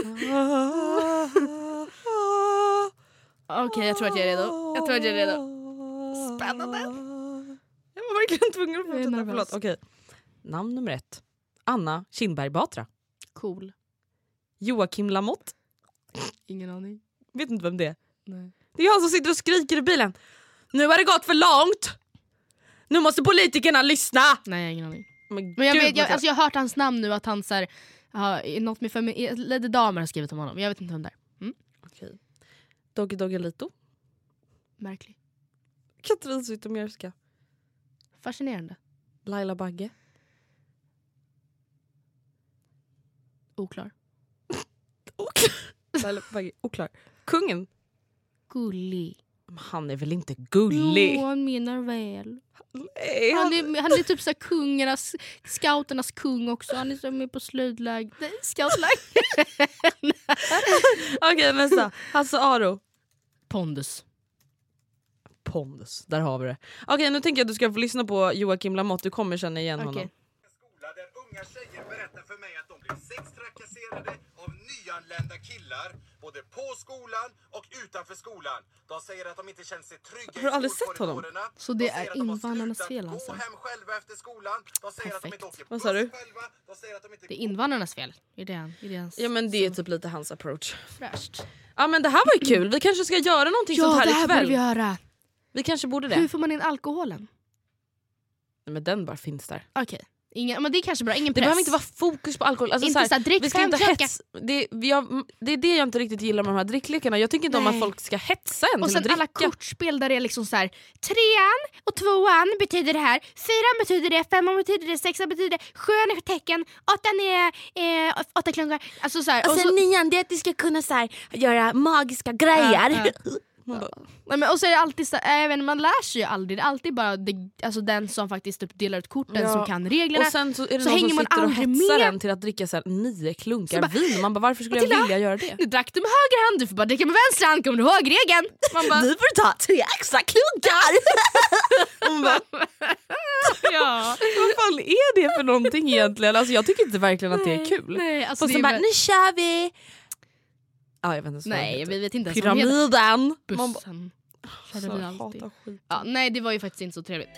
Okej, jag tror att jag är redo. Spännande. Jag var verkligen tvungen att Jag är fortsätta. nervös. Förlåt. Okej. Namn nummer 1. Anna Kinberg Batra. Cool. Joakim Lamotte. Ingen aning. Vet inte vem det är. Nej. Det är han som sitter och skriker i bilen. Nu har det gått för långt. Nu måste politikerna lyssna. Nej, jag har ingen aning. Men Men jag gud, vet, vad jag har hört hans namn nu, att han så här, något med Lady Damer har skrivit om honom. Jag vet inte vem det är. Okej. Doggy Doggelito. Märklig. Katrin Zytomierska. Fascinerande. Laila Bagge. Oklar. Laila Bagge. Oklar. Kungen. Gullig. Han är väl inte gullig? Jo, han menar väl. Nej, Han är typ så här scouternas kung också. Han är så med på slöjdläger. Nej, scoutläger. Okej, nästa. Hasse Aro. Pondus. Pondus, där har vi det. Okej, nu tänker jag att du ska få lyssna på Joakim Lamotte. Du kommer känna igen honom. Skola där unga tjejer berättar för mig att de blir sextrakasserade av nyanlända killar både på skolan och utanför skolan. De säger att de inte känner sig trygga. Har du aldrig sett honom? Så det är invandrarnas fel alltså? Gå hem själva efter skolan. De säger att de inte åker Vad sa du? buss själva. De säger att de inte Det är invandrarnas fel. Är det hans Ja, men det är typ lite hans approach. fräscht? Ja, men det här var ju kul. Vi kanske ska göra någonting sånt här det här borde ikväll. vi göra. Vi kanske borde det. Hur får man in alkoholen? Nej, men den bara finns där. Okej. Men det är kanske bra. Ingen Det press. behöver inte vara fokus på alkohol. Alltså, Inte så här, drick vi ska inte 5 klockan. det är det jag inte riktigt gillar med de här dricklekarna. Jag tycker inte om Nej. att folk ska hetsa en Och till att sen alla dricka. kortspel där det är liksom så här: 3:an och 2:an betyder det här, 4:an betyder det, 5:an betyder det, 6:an betyder det, 7:an är tecken, 8:an är 8 klunkar. Alltså så här, Och sen 9:an, det är att du ska kunna så här, göra magiska grejer. Nej, men, och så är det alltid så, jag vet inte, man lär sig ju aldrig. Det är alltid bara alltså den som faktiskt typ delar ut korten som kan reglerna. Och sen så är det så någon hänger som man sitter och aldrig hetsar med. en till att dricka så här 9 klunkar Så bara, vin. Man bara, varför skulle jag Matilda, vilja göra det? Nu drack du med höger hand, du får bara dricka med vänster hand, kommer du ihåg regeln? Man bara, Nu får du ta 3 extra klunkar. Man bara, ja. vad fan är det för någonting egentligen? Alltså, jag tycker inte verkligen att det är kul. Nej, alltså Och det så är bara, väl- nu kör vi. Ja, jag vet inte, så Nej, vi vet inte ens vad de heter. pyramiden. Man bara, Bussen. Körde så vi jag alltid. hatar skit. Ja, nej, det var ju faktiskt inte så trevligt.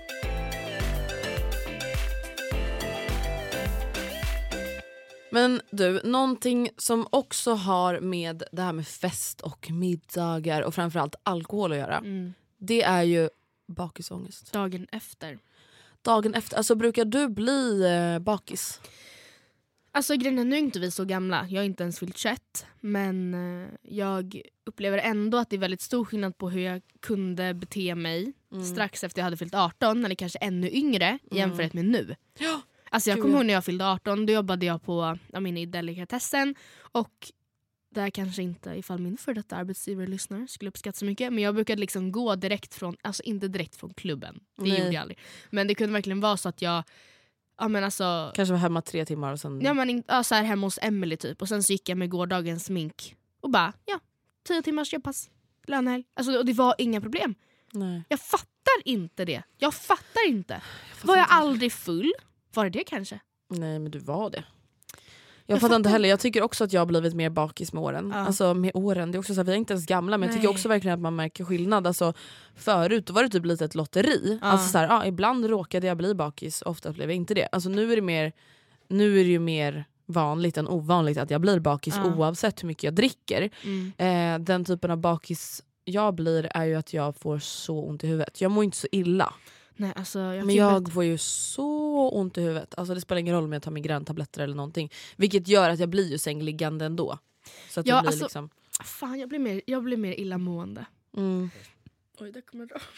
Men du, någonting som också har med det här med fest och middagar och framförallt alkohol att göra, det är ju bakisångest. Dagen efter. Dagen efter, alltså brukar du bli bakis? Alltså grejen är, nu är inte vi så gamla. Jag har inte ens fyllt 21. Men jag upplever ändå att det är väldigt stor skillnad på hur jag kunde bete mig strax efter jag hade fyllt 18. Eller kanske ännu yngre jämfört med nu. Ja. Alltså jag kommer ihåg när jag fyllde 18. Då jobbade jag på i delikatessen. Och där kanske inte, ifall min för detta arbetsgivare lyssnar, skulle uppskatta så mycket. Men jag brukade liksom gå direkt från, alltså inte direkt från klubben. Det Nej. gjorde jag aldrig. Men det kunde verkligen vara så att jag, ja men alltså, Kanske var hemma 3 timmar och sen... ja, men, så här hemma hos Emily typ. Och sen så gick jag med gårdagens smink. Och bara, 10 timmars jobbpass, lönehelg. Alltså, och det var inga problem. Nej. Jag fattar inte det. Jag fattar inte. Var jag aldrig full? Var det kanske? Nej, men du var det. Jag fattar inte heller. Jag tycker också att jag har blivit mer bakis med åren. Ja. Alltså med åren, det är också så här, vi är inte ens gamla, men jag Nej. tycker också verkligen att man märker skillnad. Alltså, förut då var det typ lite ett lotteri. Ja. Alltså så här, ibland råkade jag bli bakis, ofta blev jag inte det. Alltså nu är det ju mer vanligt än ovanligt att jag blir bakis oavsett hur mycket jag dricker. Den typen av bakis jag blir är ju att jag får så ont i huvudet. Jag mår inte så illa. Nej, alltså, men jag får ju så ont i huvudet. Alltså det spelar ingen roll om jag tar migräntabletter eller någonting. Vilket gör att jag blir ju sängliggande ändå. Så att det blir liksom... Fan, jag blir mer illamående. Oj, där kommer det.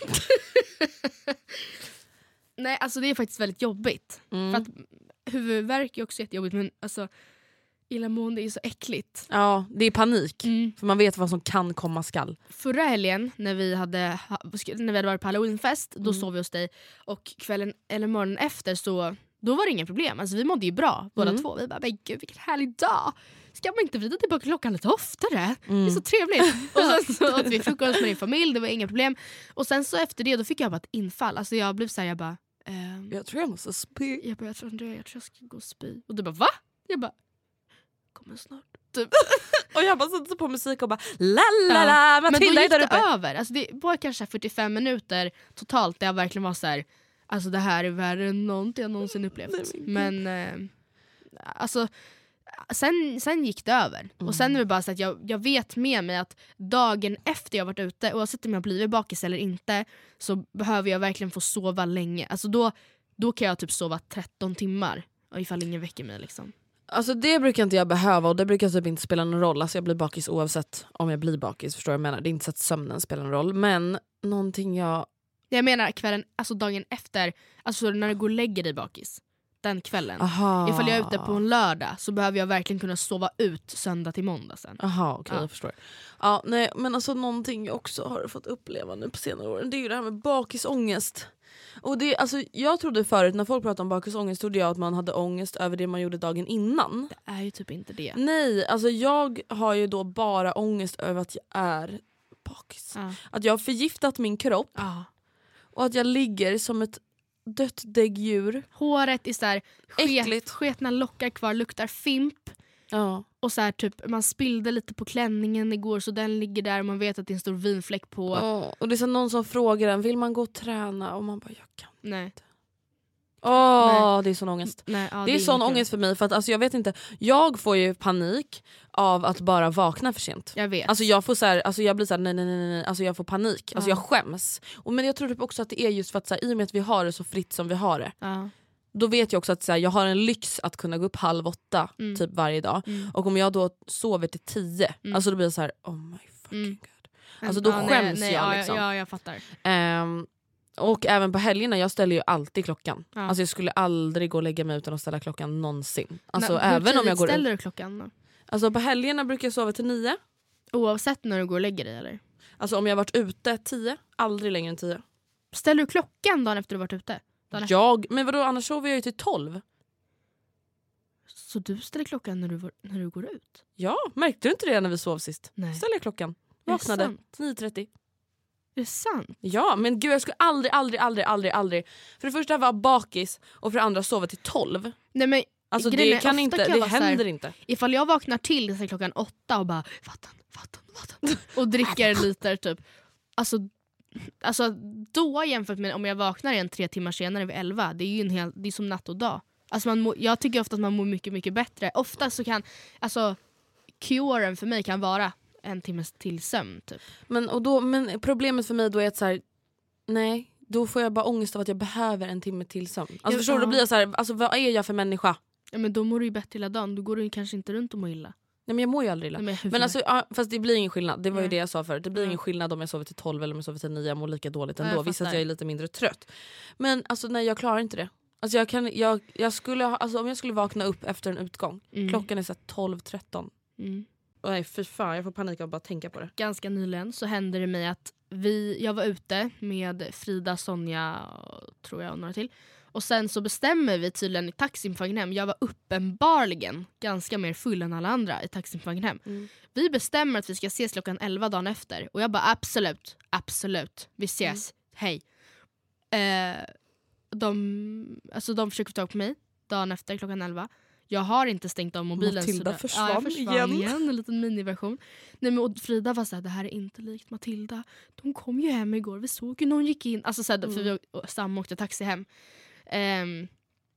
Nej, alltså det är faktiskt väldigt jobbigt. För att huvudvärk är också jättejobbigt, men alltså illamående är så äckligt. Ja, det är panik. För man vet vad som kan komma skall. Förra helgen när vi hade varit på Halloweenfest, då sov vi hos dig. Och kvällen eller morgonen efter så då var det inga problem. Alltså vi mådde ju bra båda två. Vi bara, men gud vilken härlig dag. Ska man inte vrida tillbaka klockan lite oftare? Det är så trevligt. Och sen så åt vi frukost med din familj, det var inga problem. Och sen så efter det då fick jag bara ett infall. Alltså jag blev så här, jag bara jag tror jag måste spy. Jag tror jag ska gå och spy. Och du bara, va? Jag bara, kommer snart. Typ. Och jag bara satte på musik och bara lalala, men då gick det över. Alltså det var kanske 45 minuter totalt där jag verkligen var så här, alltså det här är värre än någonting jag någonsin upplevt. Men alltså sen gick det över. Och sen är det bara så att jag vet med mig att dagen efter jag varit ute, oavsett om jag blivit bakis eller inte, så behöver jag verkligen få sova länge. Alltså då kan jag typ sova 13 timmar ifall ingen väcker mig liksom. Alltså det brukar inte jag behöva och det brukar typ inte spela någon roll. Alltså jag blir bakis oavsett om jag blir bakis, förstår jag menar. Det är inte så att sömnen spelar någon roll. Men någonting jag menar kvällen, alltså dagen efter, alltså när du går och lägger dig bakis den kvällen. Aha. Ifall jag är ute på en lördag så behöver jag verkligen kunna sova ut söndag till måndag sen. Aha, okej, jag förstår. Ja, nej, men alltså någonting jag också har fått uppleva nu på senare år, det är ju det här med bakisångest. Och det, alltså, jag trodde förut när folk pratade om bakisångest trodde jag att man hade ångest över det man gjorde dagen innan. Det är ju typ inte det. Nej, alltså jag har ju då bara ångest över att jag är bakis. Att jag har förgiftat min kropp. Och att jag ligger som ett dött däggdjur. Håret är så här sketna lockar kvar, luktar fimp. Och så här, typ, man spillde lite på klänningen igår så den ligger där och man vet att det är en stor vinfläck på. Och det är så någon som frågar en, vill man gå och träna? Och man bara, jag kan inte. Det är sån ångest. Det är sån ångest för mig för att alltså, jag vet inte, jag får ju panik av att bara vakna för sent. Jag vet. Alltså jag får så här, alltså jag blir så här, nej. Alltså jag får panik. Alltså jag skäms. Men jag tror typ också att det är just för att så här, i och med att vi har det så fritt som vi har det. Då vet jag också att så här, jag har en lyx att kunna gå upp 7:30 typ varje dag. Och om jag då sover till 10, alltså då blir det så här, oh my fucking god. Alltså då skäms jag liksom. Ja, jag fattar. Och även på helgerna, jag ställer ju alltid klockan. Alltså jag skulle aldrig gå och lägga mig utan att ställa klockan någonsin. Alltså även om jag går ställer du klockan då? Alltså på helgerna brukar jag sova till 9. Oavsett när du går och lägger dig eller? Alltså om jag varit ute 10, aldrig längre än 10. Ställer du klockan dagen efter du varit ute? Men vadå, annars sover jag ju till 12. Så du ställer klockan när du går ut? Ja, märkte du inte det när vi sov sist? Nej. Ställer jag klockan. Vaknade 9:30. Det är sant? Ja, men gud jag skulle aldrig för det första vara bakis och för det andra sova till 12. Nej men alltså det kan inte, det händer inte. Ifall jag vaknar till så klockan 8 och bara vatten och dricker en liter typ. Alltså då jämfört med om jag vaknar igen 3 timmar senare vid 11, det är ju det är som natt och dag. Alltså jag tycker ofta att man mår mycket mycket bättre. Ofta så kan alltså curen för mig kan vara 1 timme till sömn typ. Men problemet för mig då är att så här, nej, då får jag bara ångest av att jag behöver 1 timme till sömn. Alltså förstår du, då blir jag så här, alltså vad är jag för människa? Ja men då mår du ju bättre hela dagen. Då går du kanske inte runt och mår illa. Nej men jag mår ju aldrig illa. Men alltså, fast det blir ingen skillnad. Det var ju det jag sa förut. Det blir ingen skillnad om jag sover till 12 eller om jag sover till 9. Jag mår lika dåligt ändå. Visst att jag är lite mindre trött. Men alltså nej, jag klarar inte det. Alltså jag skulle alltså om jag skulle vakna upp efter en utgång. Klockan är så 12:13. Nej fy fan, jag får panik av att bara tänka på det. Ganska nyligen så hände det mig att jag var ute med Frida, Sonja tror jag och några till. Och sen så bestämmer vi tydligen i taxin på vägen hem. Jag var uppenbarligen ganska mer full än alla andra i taxin på vägen hem. Vi bestämmer att vi ska ses klockan 11 dagen efter. Och jag bara absolut, vi ses, hej. De försöker få tag på mig dagen efter klockan 11. Jag har inte stängt av mobilen. Matilda försvann, jag försvann igen. En liten miniversion. Nej, men Frida var såhär, det här är inte likt Matilda. De kom ju hem igår, vi såg ju någon gick in. Alltså såhär, för vi samåkte taxi hem.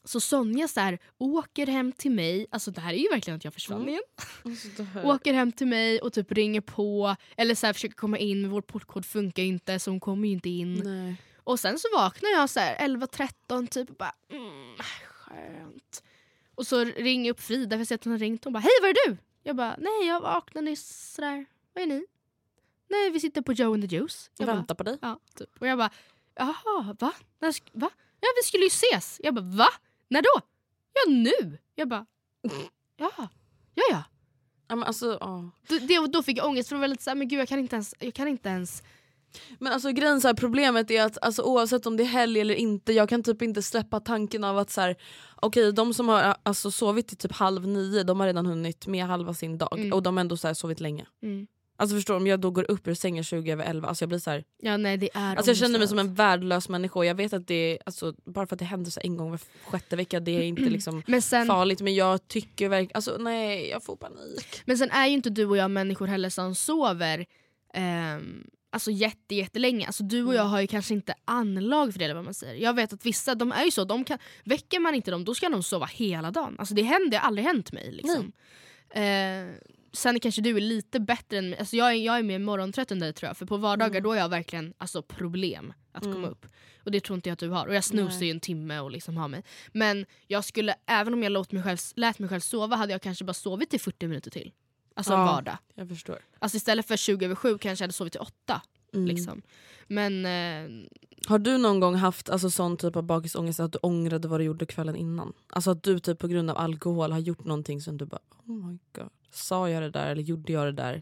Så Sonja så här, åker hem till mig. Alltså det här är ju verkligen att jag försvann igen. Åker hem till mig och typ ringer på. Eller så här, försöker komma in, men vår portkod funkar ju inte. Så hon kommer ju inte in. Nej. Och sen så vaknar jag så här 11:13 typ. Och bara, skönt. Och så ringer jag upp Frida för jag ser att hon har ringt. Hon bara, hej var är du? Jag bara, nej jag vaknade nyss. Sådär. Vad är ni? Nej vi sitter på Joe and the Juice. Jag väntar på dig. Ja, typ. Och jag bara, jaha va? Va? Ja vi skulle ju ses. Jag bara, va? När då? Ja nu. Jag bara, ja. Ja men alltså, Då fick jag ångest för det var lite så här, men gud jag kan inte ens. Men alltså grejen så här, problemet är att alltså, oavsett om det är helg eller inte, jag kan typ inte släppa tanken av att så här, okej, de som har alltså, sovit till typ 8:30, de har redan hunnit med halva sin dag och de har ändå så här, sovit länge. Alltså förstår du, om jag då går upp ur sängen 20:11, alltså jag blir så här, ja nej det är alltså jag känner mig som en värdelös människa. Jag vet att det är, alltså, bara för att det händer så en gång var 6:e vecka, det är inte liksom men sen, farligt, men jag tycker verkligen, alltså nej jag får panik. Men sen är ju inte du och jag människor heller som sover alltså jättelänge. Alltså du och jag har ju kanske inte anlag för det eller vad man säger. Jag vet att vissa, de är ju så, de kan, väcker man inte dem, då ska de sova hela dagen. Alltså det har aldrig hänt mig liksom. Sen kanske du är lite bättre än mig. Alltså jag är mer morgontrött än dig tror jag. För på vardagar då har jag verkligen alltså, problem att komma upp. Och det tror inte jag att du har. Och jag snusar ju en timme och liksom har mig. Men jag skulle, även om jag lät mig själv sova, hade jag kanske bara sovit till 40 minuter till. Alltså en vardag. Jag förstår. Alltså istället för 20:07 kanske jag hade sovit till 8. Liksom. Men har du någon gång haft alltså, sån typ av bakisångest att du ångrade vad du gjorde kvällen innan? Alltså att du typ på grund av alkohol har gjort någonting som du bara, oh my god, sa jag det där eller gjorde jag det där?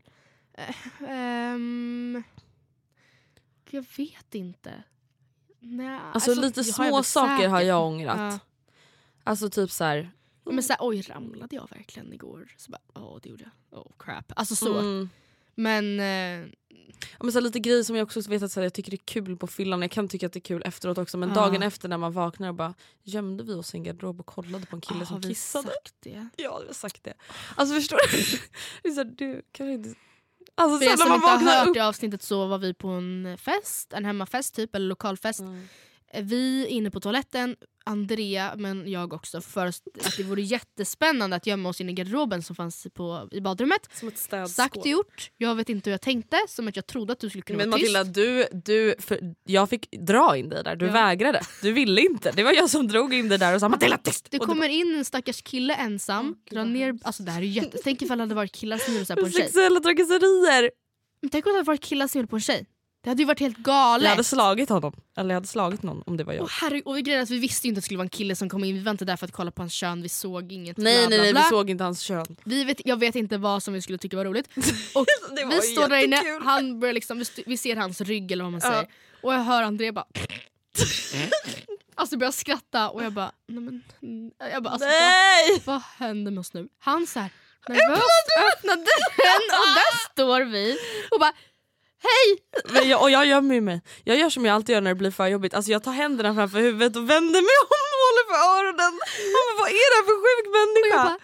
Jag vet inte. Nej, alltså lite små saker har jag ångrat. Ja. Alltså typ så här. Men så här, oj ramlade jag verkligen igår? Så bara, det gjorde jag. Crap. Alltså så. Men ja, men så lite grejer som jag också vet att så här, jag tycker det är kul på fyllan. Jag kan tycka att det är kul efteråt också. Men dagen efter när man vaknar och bara gömde vi oss i en garderob och kollade på en kille som kissade. Sagt det? Ja, vi har sagt det. Alltså förstår du? Det är så här, du kan inte. Alltså, för er som inte har hört i avsnittet så var vi på en fest, en hemmafest typ, eller lokalfest. Vi inne på toaletten, Andrea men jag också, för att det vore jättespännande att gömma oss in i garderoben som fanns i badrummet. Som ett städskåp. Sagt och gjort. Jag vet inte hur jag tänkte, som att jag trodde att du skulle kunna vara tyst. Men Matilda, jag fick dra in dig där. Du vägrade. Du ville inte. Det var jag som drog in dig där och sa Matilda tyst. Det kommer in en stackars kille ensam, drar ner, alltså det här är tänk ifall det hade varit killar som gjorde så här på en tjej. Sexuella trakasserier. Men tänk om det hade varit killar som gjorde på en tjej. Det hade ju varit helt galet. Jag hade slagit honom. Eller jag hade slagit någon om det var jag. Och grejen är att vi visste ju inte att det skulle vara en kille som kom in. Vi var inte där för att kolla på hans kön. Vi såg inget. Nej, vi såg inte hans kön. Jag vet inte vad som vi skulle tycka var roligt. Och vi står där inne. Han börjar liksom, vi ser hans rygg eller vad man säger. Och jag hör André bara alltså börjar skratta. Och jag bara alltså, vad händer med oss nu? Han så här nervöst öppnade den. Och där står vi. Och bara hej! Och jag gömmer mig. Jag gör som jag alltid gör när det blir för jobbigt. Alltså jag tar händerna framför huvudet och vänder mig om och håller för öronen. Men vad är det här för sjuk människa?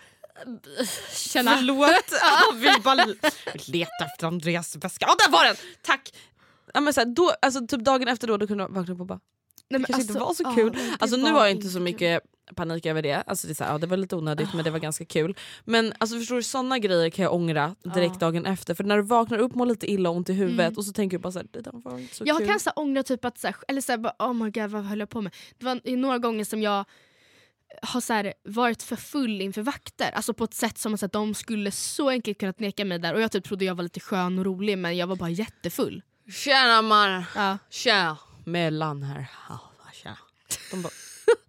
Känna. Förlåt. Vi bara letar efter Andreas väska. Där var den! Tack! Ja, men så här, då, alltså, typ dagen efter då kunde jag vakna upp och bara det kanske inte var så kul. Alltså nu var jag inte så mycket panik över det. Alltså det, är så här, det var lite onödigt men det var ganska kul. Men alltså, förstår du, såna grejer kan jag ångra direkt dagen efter. För när du vaknar upp mår lite illa och ont i huvudet och så tänker du bara såhär, det var inte så kul. Jag kan så ångra typ att såhär, eller såhär, oh my god vad höll jag på med. Det var några gånger som jag har så här, varit för full inför vakter. Alltså på ett sätt som att de skulle så enkelt kunnat neka mig där. Och jag typ trodde jag var lite skön och rolig men jag var bara jättefull. Tjena man. Tjena. Mellan här. Tjena. De bara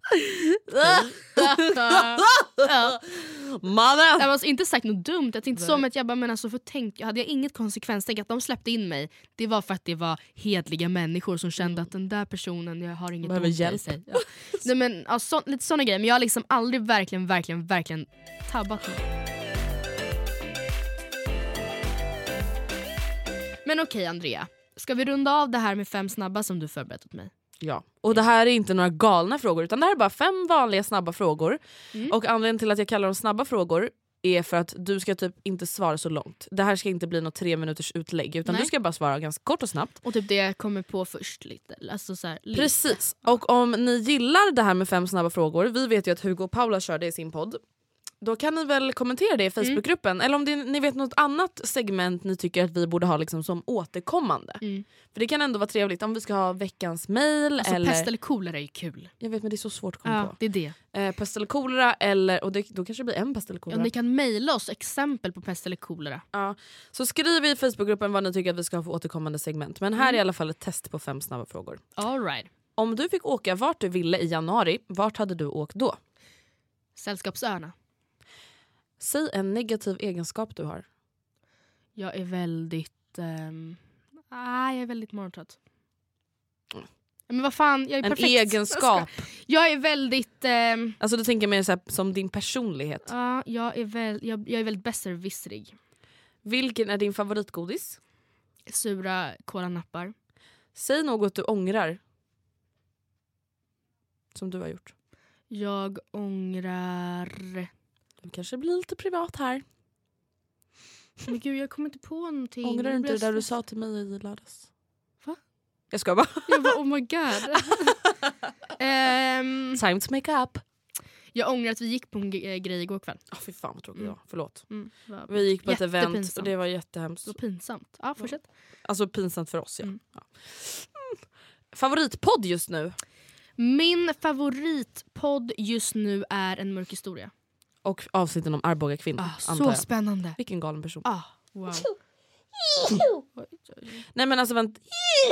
mannen. Jag har inte sagt något dumt. Jag tänkte så, att jag bara, men alltså hade jag inget konsekvenstänk att de släppte in mig. Det var för att det var hedliga människor som kände att den där personen, jag har inget ont i sig. Ja. Nej, men, alltså, lite såna grejer. Men jag har liksom aldrig verkligen tabbat mig. Men okej, Andrea. Ska vi runda av det här med 5 snabba som du förberett åt mig? Ja, och det här är inte några galna frågor utan det här är bara 5 vanliga snabba frågor. Och anledningen till att jag kallar dem snabba frågor är för att du ska typ inte svara så långt. Det här ska inte bli något 3 minuters utlägg utan du ska bara svara ganska kort och snabbt. Och typ det jag kommer på först lite. Alltså så här, lite. Precis. Och om ni gillar det här med 5 snabba frågor, vi vet ju att Hugo och Paula kör det i sin podd. Då kan ni väl kommentera det i Facebookgruppen. Eller om ni vet något annat segment ni tycker att vi borde ha liksom som återkommande. För det kan ändå vara trevligt om vi ska ha veckans mail. Alltså eller... pest eller kolera är ju kul. Jag vet men det är så svårt att komma på. Det är det. Pest eller kolera eller, och då kanske det blir en pest eller kolera. Ja, ni kan mejla oss exempel på pest eller kolera. Ja. Så skriv i Facebookgruppen vad ni tycker att vi ska ha för återkommande segment. Men här är i alla fall ett test på 5 snabba frågor. All right. Om du fick åka vart du ville i januari, vart hade du åkt då? Sällskapsöarna. Säg en negativ egenskap du har. Jag är väldigt... jag är väldigt morgontrött. Men vad fan, jag är perfekt. En egenskap. Jag är väldigt... Alltså du tänker mer så här, som din personlighet. Ja, jag är väldigt besserwissrig. Vilken är din favoritgodis? Sura kolanappar. Säg något du ångrar. Som du har gjort. Jag ångrar... Det kanske blir lite privat här. Men gud, jag kommer inte på någonting. Ångrar du inte det där du sa till mig i lördags? Va? Jag ska bara. Jag bara, oh my god. Time to make up. Jag ångrar att vi gick på en grej igår kväll. Fy fan vad tråkigt. Förlåt. Vi gick på ett event och det var jättehemskt. Det var pinsamt. Ja, fortsätt. Alltså pinsamt för oss, ja. Favoritpodd just nu? Min favoritpodd just nu är En mörk historia. Och avsnitten om Arboga kvinnor. Så spännande. Vilken galen person. Wow. Nej men alltså vänta.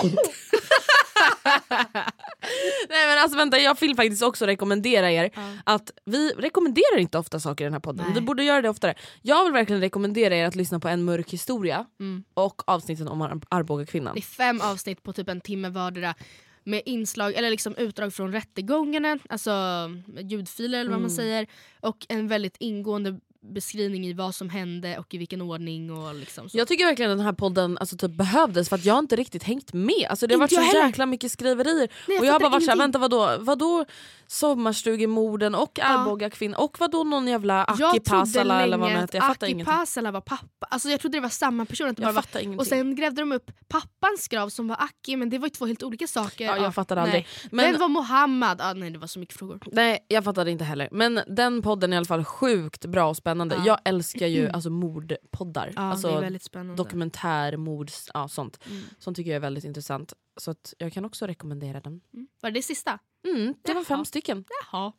Nej men alltså vänta, jag vill faktiskt också rekommendera er att vi rekommenderar inte ofta saker i den här podden. Vi borde göra det oftare. Jag vill verkligen rekommendera er att lyssna på En mörk historia och avsnitten om Arboga kvinnan. Det är 5 avsnitt på typ en timme vardera med inslag eller liksom utdrag från rättegångarna, alltså ljudfiler eller vad man säger, och en väldigt ingående beskrivning i vad som hände och i vilken ordning och liksom så. Jag tycker verkligen att den här podden alltså, typ behövdes för att jag inte riktigt hängt med. Alltså, det har varit så jäkla mycket skriverier. Nej, och jag har bara varit såhär, vänta vadå sommarstugemorden och Arboga kvinnor och vadå någon jävla Aki Pasala eller vad man heter. Jag fattar ingenting. Aki Pasala var pappa. Alltså jag trodde det var samma person. Att det jag fattar ingenting. Och sen grävde de upp pappans grav som var Aki, men det var ju 2 helt olika saker. Ja, jag fattade aldrig. Men var Mohammed? Nej, det var så mycket frågor. Nej, jag fattade inte heller. Men den podden är i alla fall sjukt bra och spännande. Jag älskar ju alltså mordpoddar. Alltså det är väldigt spännande. Dokumentär, mord, sånt. Sånt tycker jag är väldigt intressant. Så att jag kan också rekommendera den. Var det sista? Det var 5 stycken. Jaha.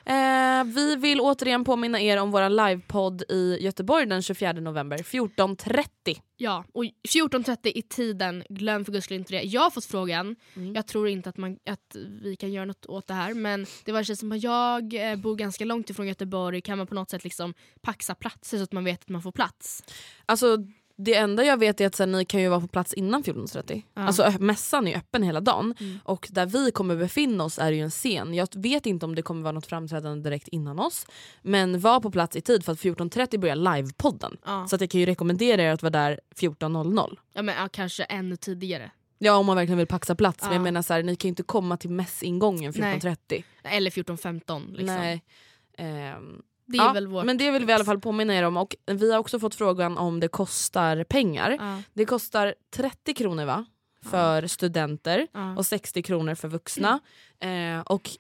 Vi vill återigen påminna er om våra livepodd i Göteborg den 24 november 14.30. Ja, och 14.30 i tiden. Glöm för gudskelov inte det. Jag har fått frågan. Jag tror inte att vi kan göra något åt det här, men det var som att jag bor ganska långt ifrån Göteborg. Kan man på något sätt liksom paxa platser så att man vet att man får plats? Alltså det enda jag vet är att ni kan ju vara på plats innan 14.30. Alltså mässan är öppen hela dagen. Och där vi kommer befinna oss är ju en scen. Jag vet inte om det kommer vara något framträdande direkt innan oss. Men var på plats i tid för att 14.30 börjar livepodden. Så att jag kan ju rekommendera er att vara där 14.00. Ja men kanske ännu tidigare. Ja, om man verkligen vill paxa plats. Men jag menar så här, ni kan ju inte komma till mässingången 14.30. Nej. Eller 14.15 liksom. Nej. Det är väl vårt... Men det vill vi i alla fall påminna er om. Och vi har också fått frågan om det kostar pengar. Det kostar 30 kronor va? För studenter och 60 kronor för vuxna. Och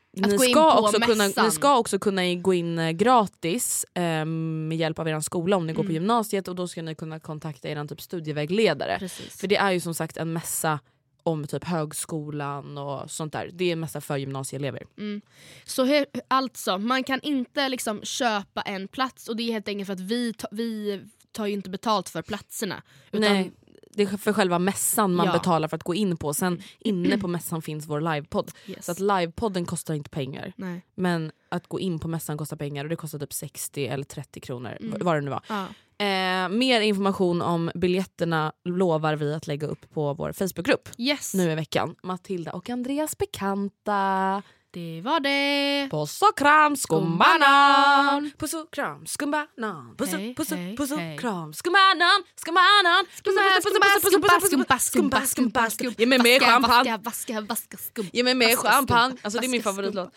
ni ska också kunna gå in gratis med hjälp av er skola om ni går på gymnasiet. Och då ska ni kunna kontakta er typ studievägledare. Precis. För det är ju som sagt en mässa om typ högskolan och sånt där. Det är mest för gymnasieelever. Så alltså, man kan inte liksom köpa en plats, och det är helt enkelt för att vi tar ju inte betalt för platserna. Utan nej, det är för själva mässan man betalar för att gå in på. Sen inne på mässan finns vår livepodd. Yes. Så att livepodden kostar inte pengar. Nej. Men att gå in på mässan kostar pengar, och det kostar typ 60 eller 30 kronor. Vad det nu var. Mer information om biljetterna lovar vi att lägga upp på vår Facebookgrupp nu i veckan. Matilda och Andreas bekanta. Det var det. Puss och kram, skumbanan. Puss och kram, skumbanan. Puss och kram, skumbanan. Skumbanan. Ge mig mer champagne. Ge mig mer champagne. Alltså det är min favoritlåt.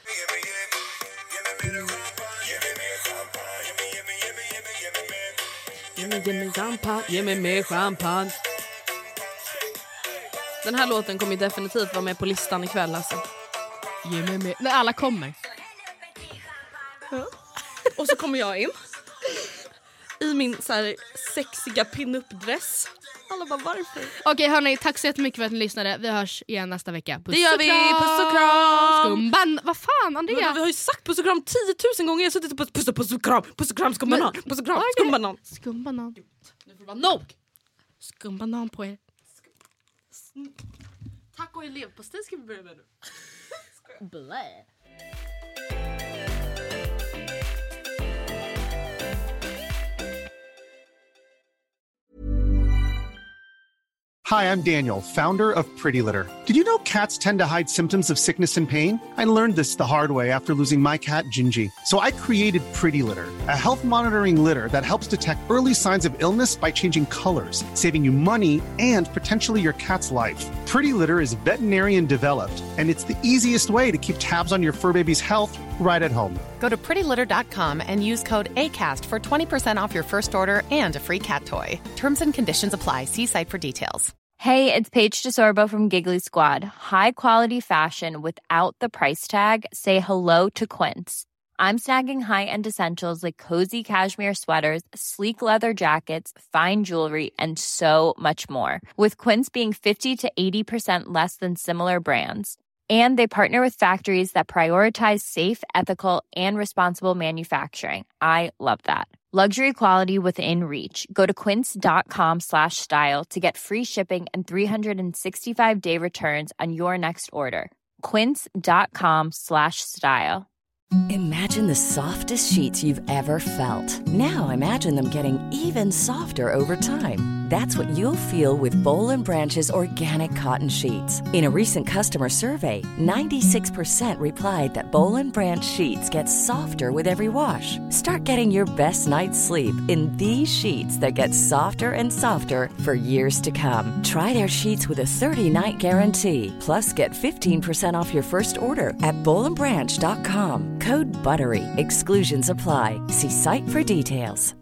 Ge mig champagne, ge mig mer champagne. Den här låten kommer definitivt vara med på listan ikväll alltså. Ge mig mer. När alla kommer. Ja. Och så kommer jag in i min så här sexiga pin-up-dress. Alla bara, varför? Okej hörni, tack så jättemycket för att ni lyssnade. Vi hörs igen nästa vecka. Puss det gör vi, puss och kram. Skumban, vad fan Andrea? Men vi har ju sagt puss och kram 10 000 gånger. Jag har suttit på puss och kram, skumbanan. Puss och kram, skumbanan. Skumbanan. Nu får det vara nog. Skumbanan på er. Tack och elevpastej ska vi börja med nu. Blä. Hi, I'm Daniel, founder of Pretty Litter. Did you know cats tend to hide symptoms of sickness and pain? I learned this the hard way after losing my cat, Gingy. So I created Pretty Litter, a health monitoring litter that helps detect early signs of illness by changing colors, saving you money and potentially your cat's life. Pretty Litter is veterinarian developed, and it's the easiest way to keep tabs on your fur baby's health right at home. Go to prettylitter.com and use code ACAST for 20% off your first order and a free cat toy. Terms and conditions apply. See site for details. Hey, it's Paige DeSorbo from Giggly Squad. High quality fashion without the price tag. Say hello to Quince. I'm snagging high-end essentials like cozy cashmere sweaters, sleek leather jackets, fine jewelry, and so much more. With Quince being 50 to 80% less than similar brands. And they partner with factories that prioritize safe, ethical, and responsible manufacturing. I love that. Luxury quality within reach. Go to quince.com/style to get free shipping and 365-day returns on your next order. Quince.com/style. Imagine the softest sheets you've ever felt. Now imagine them getting even softer over time. That's what you'll feel with Boll & Branch's organic cotton sheets. In a recent customer survey, 96% replied that Boll & Branch sheets get softer with every wash. Start getting your best night's sleep in these sheets that get softer and softer for years to come. Try their sheets with a 30-night guarantee. Plus, get 15% off your first order at bollandbranch.com. Code BUTTERY. Exclusions apply. See site for details.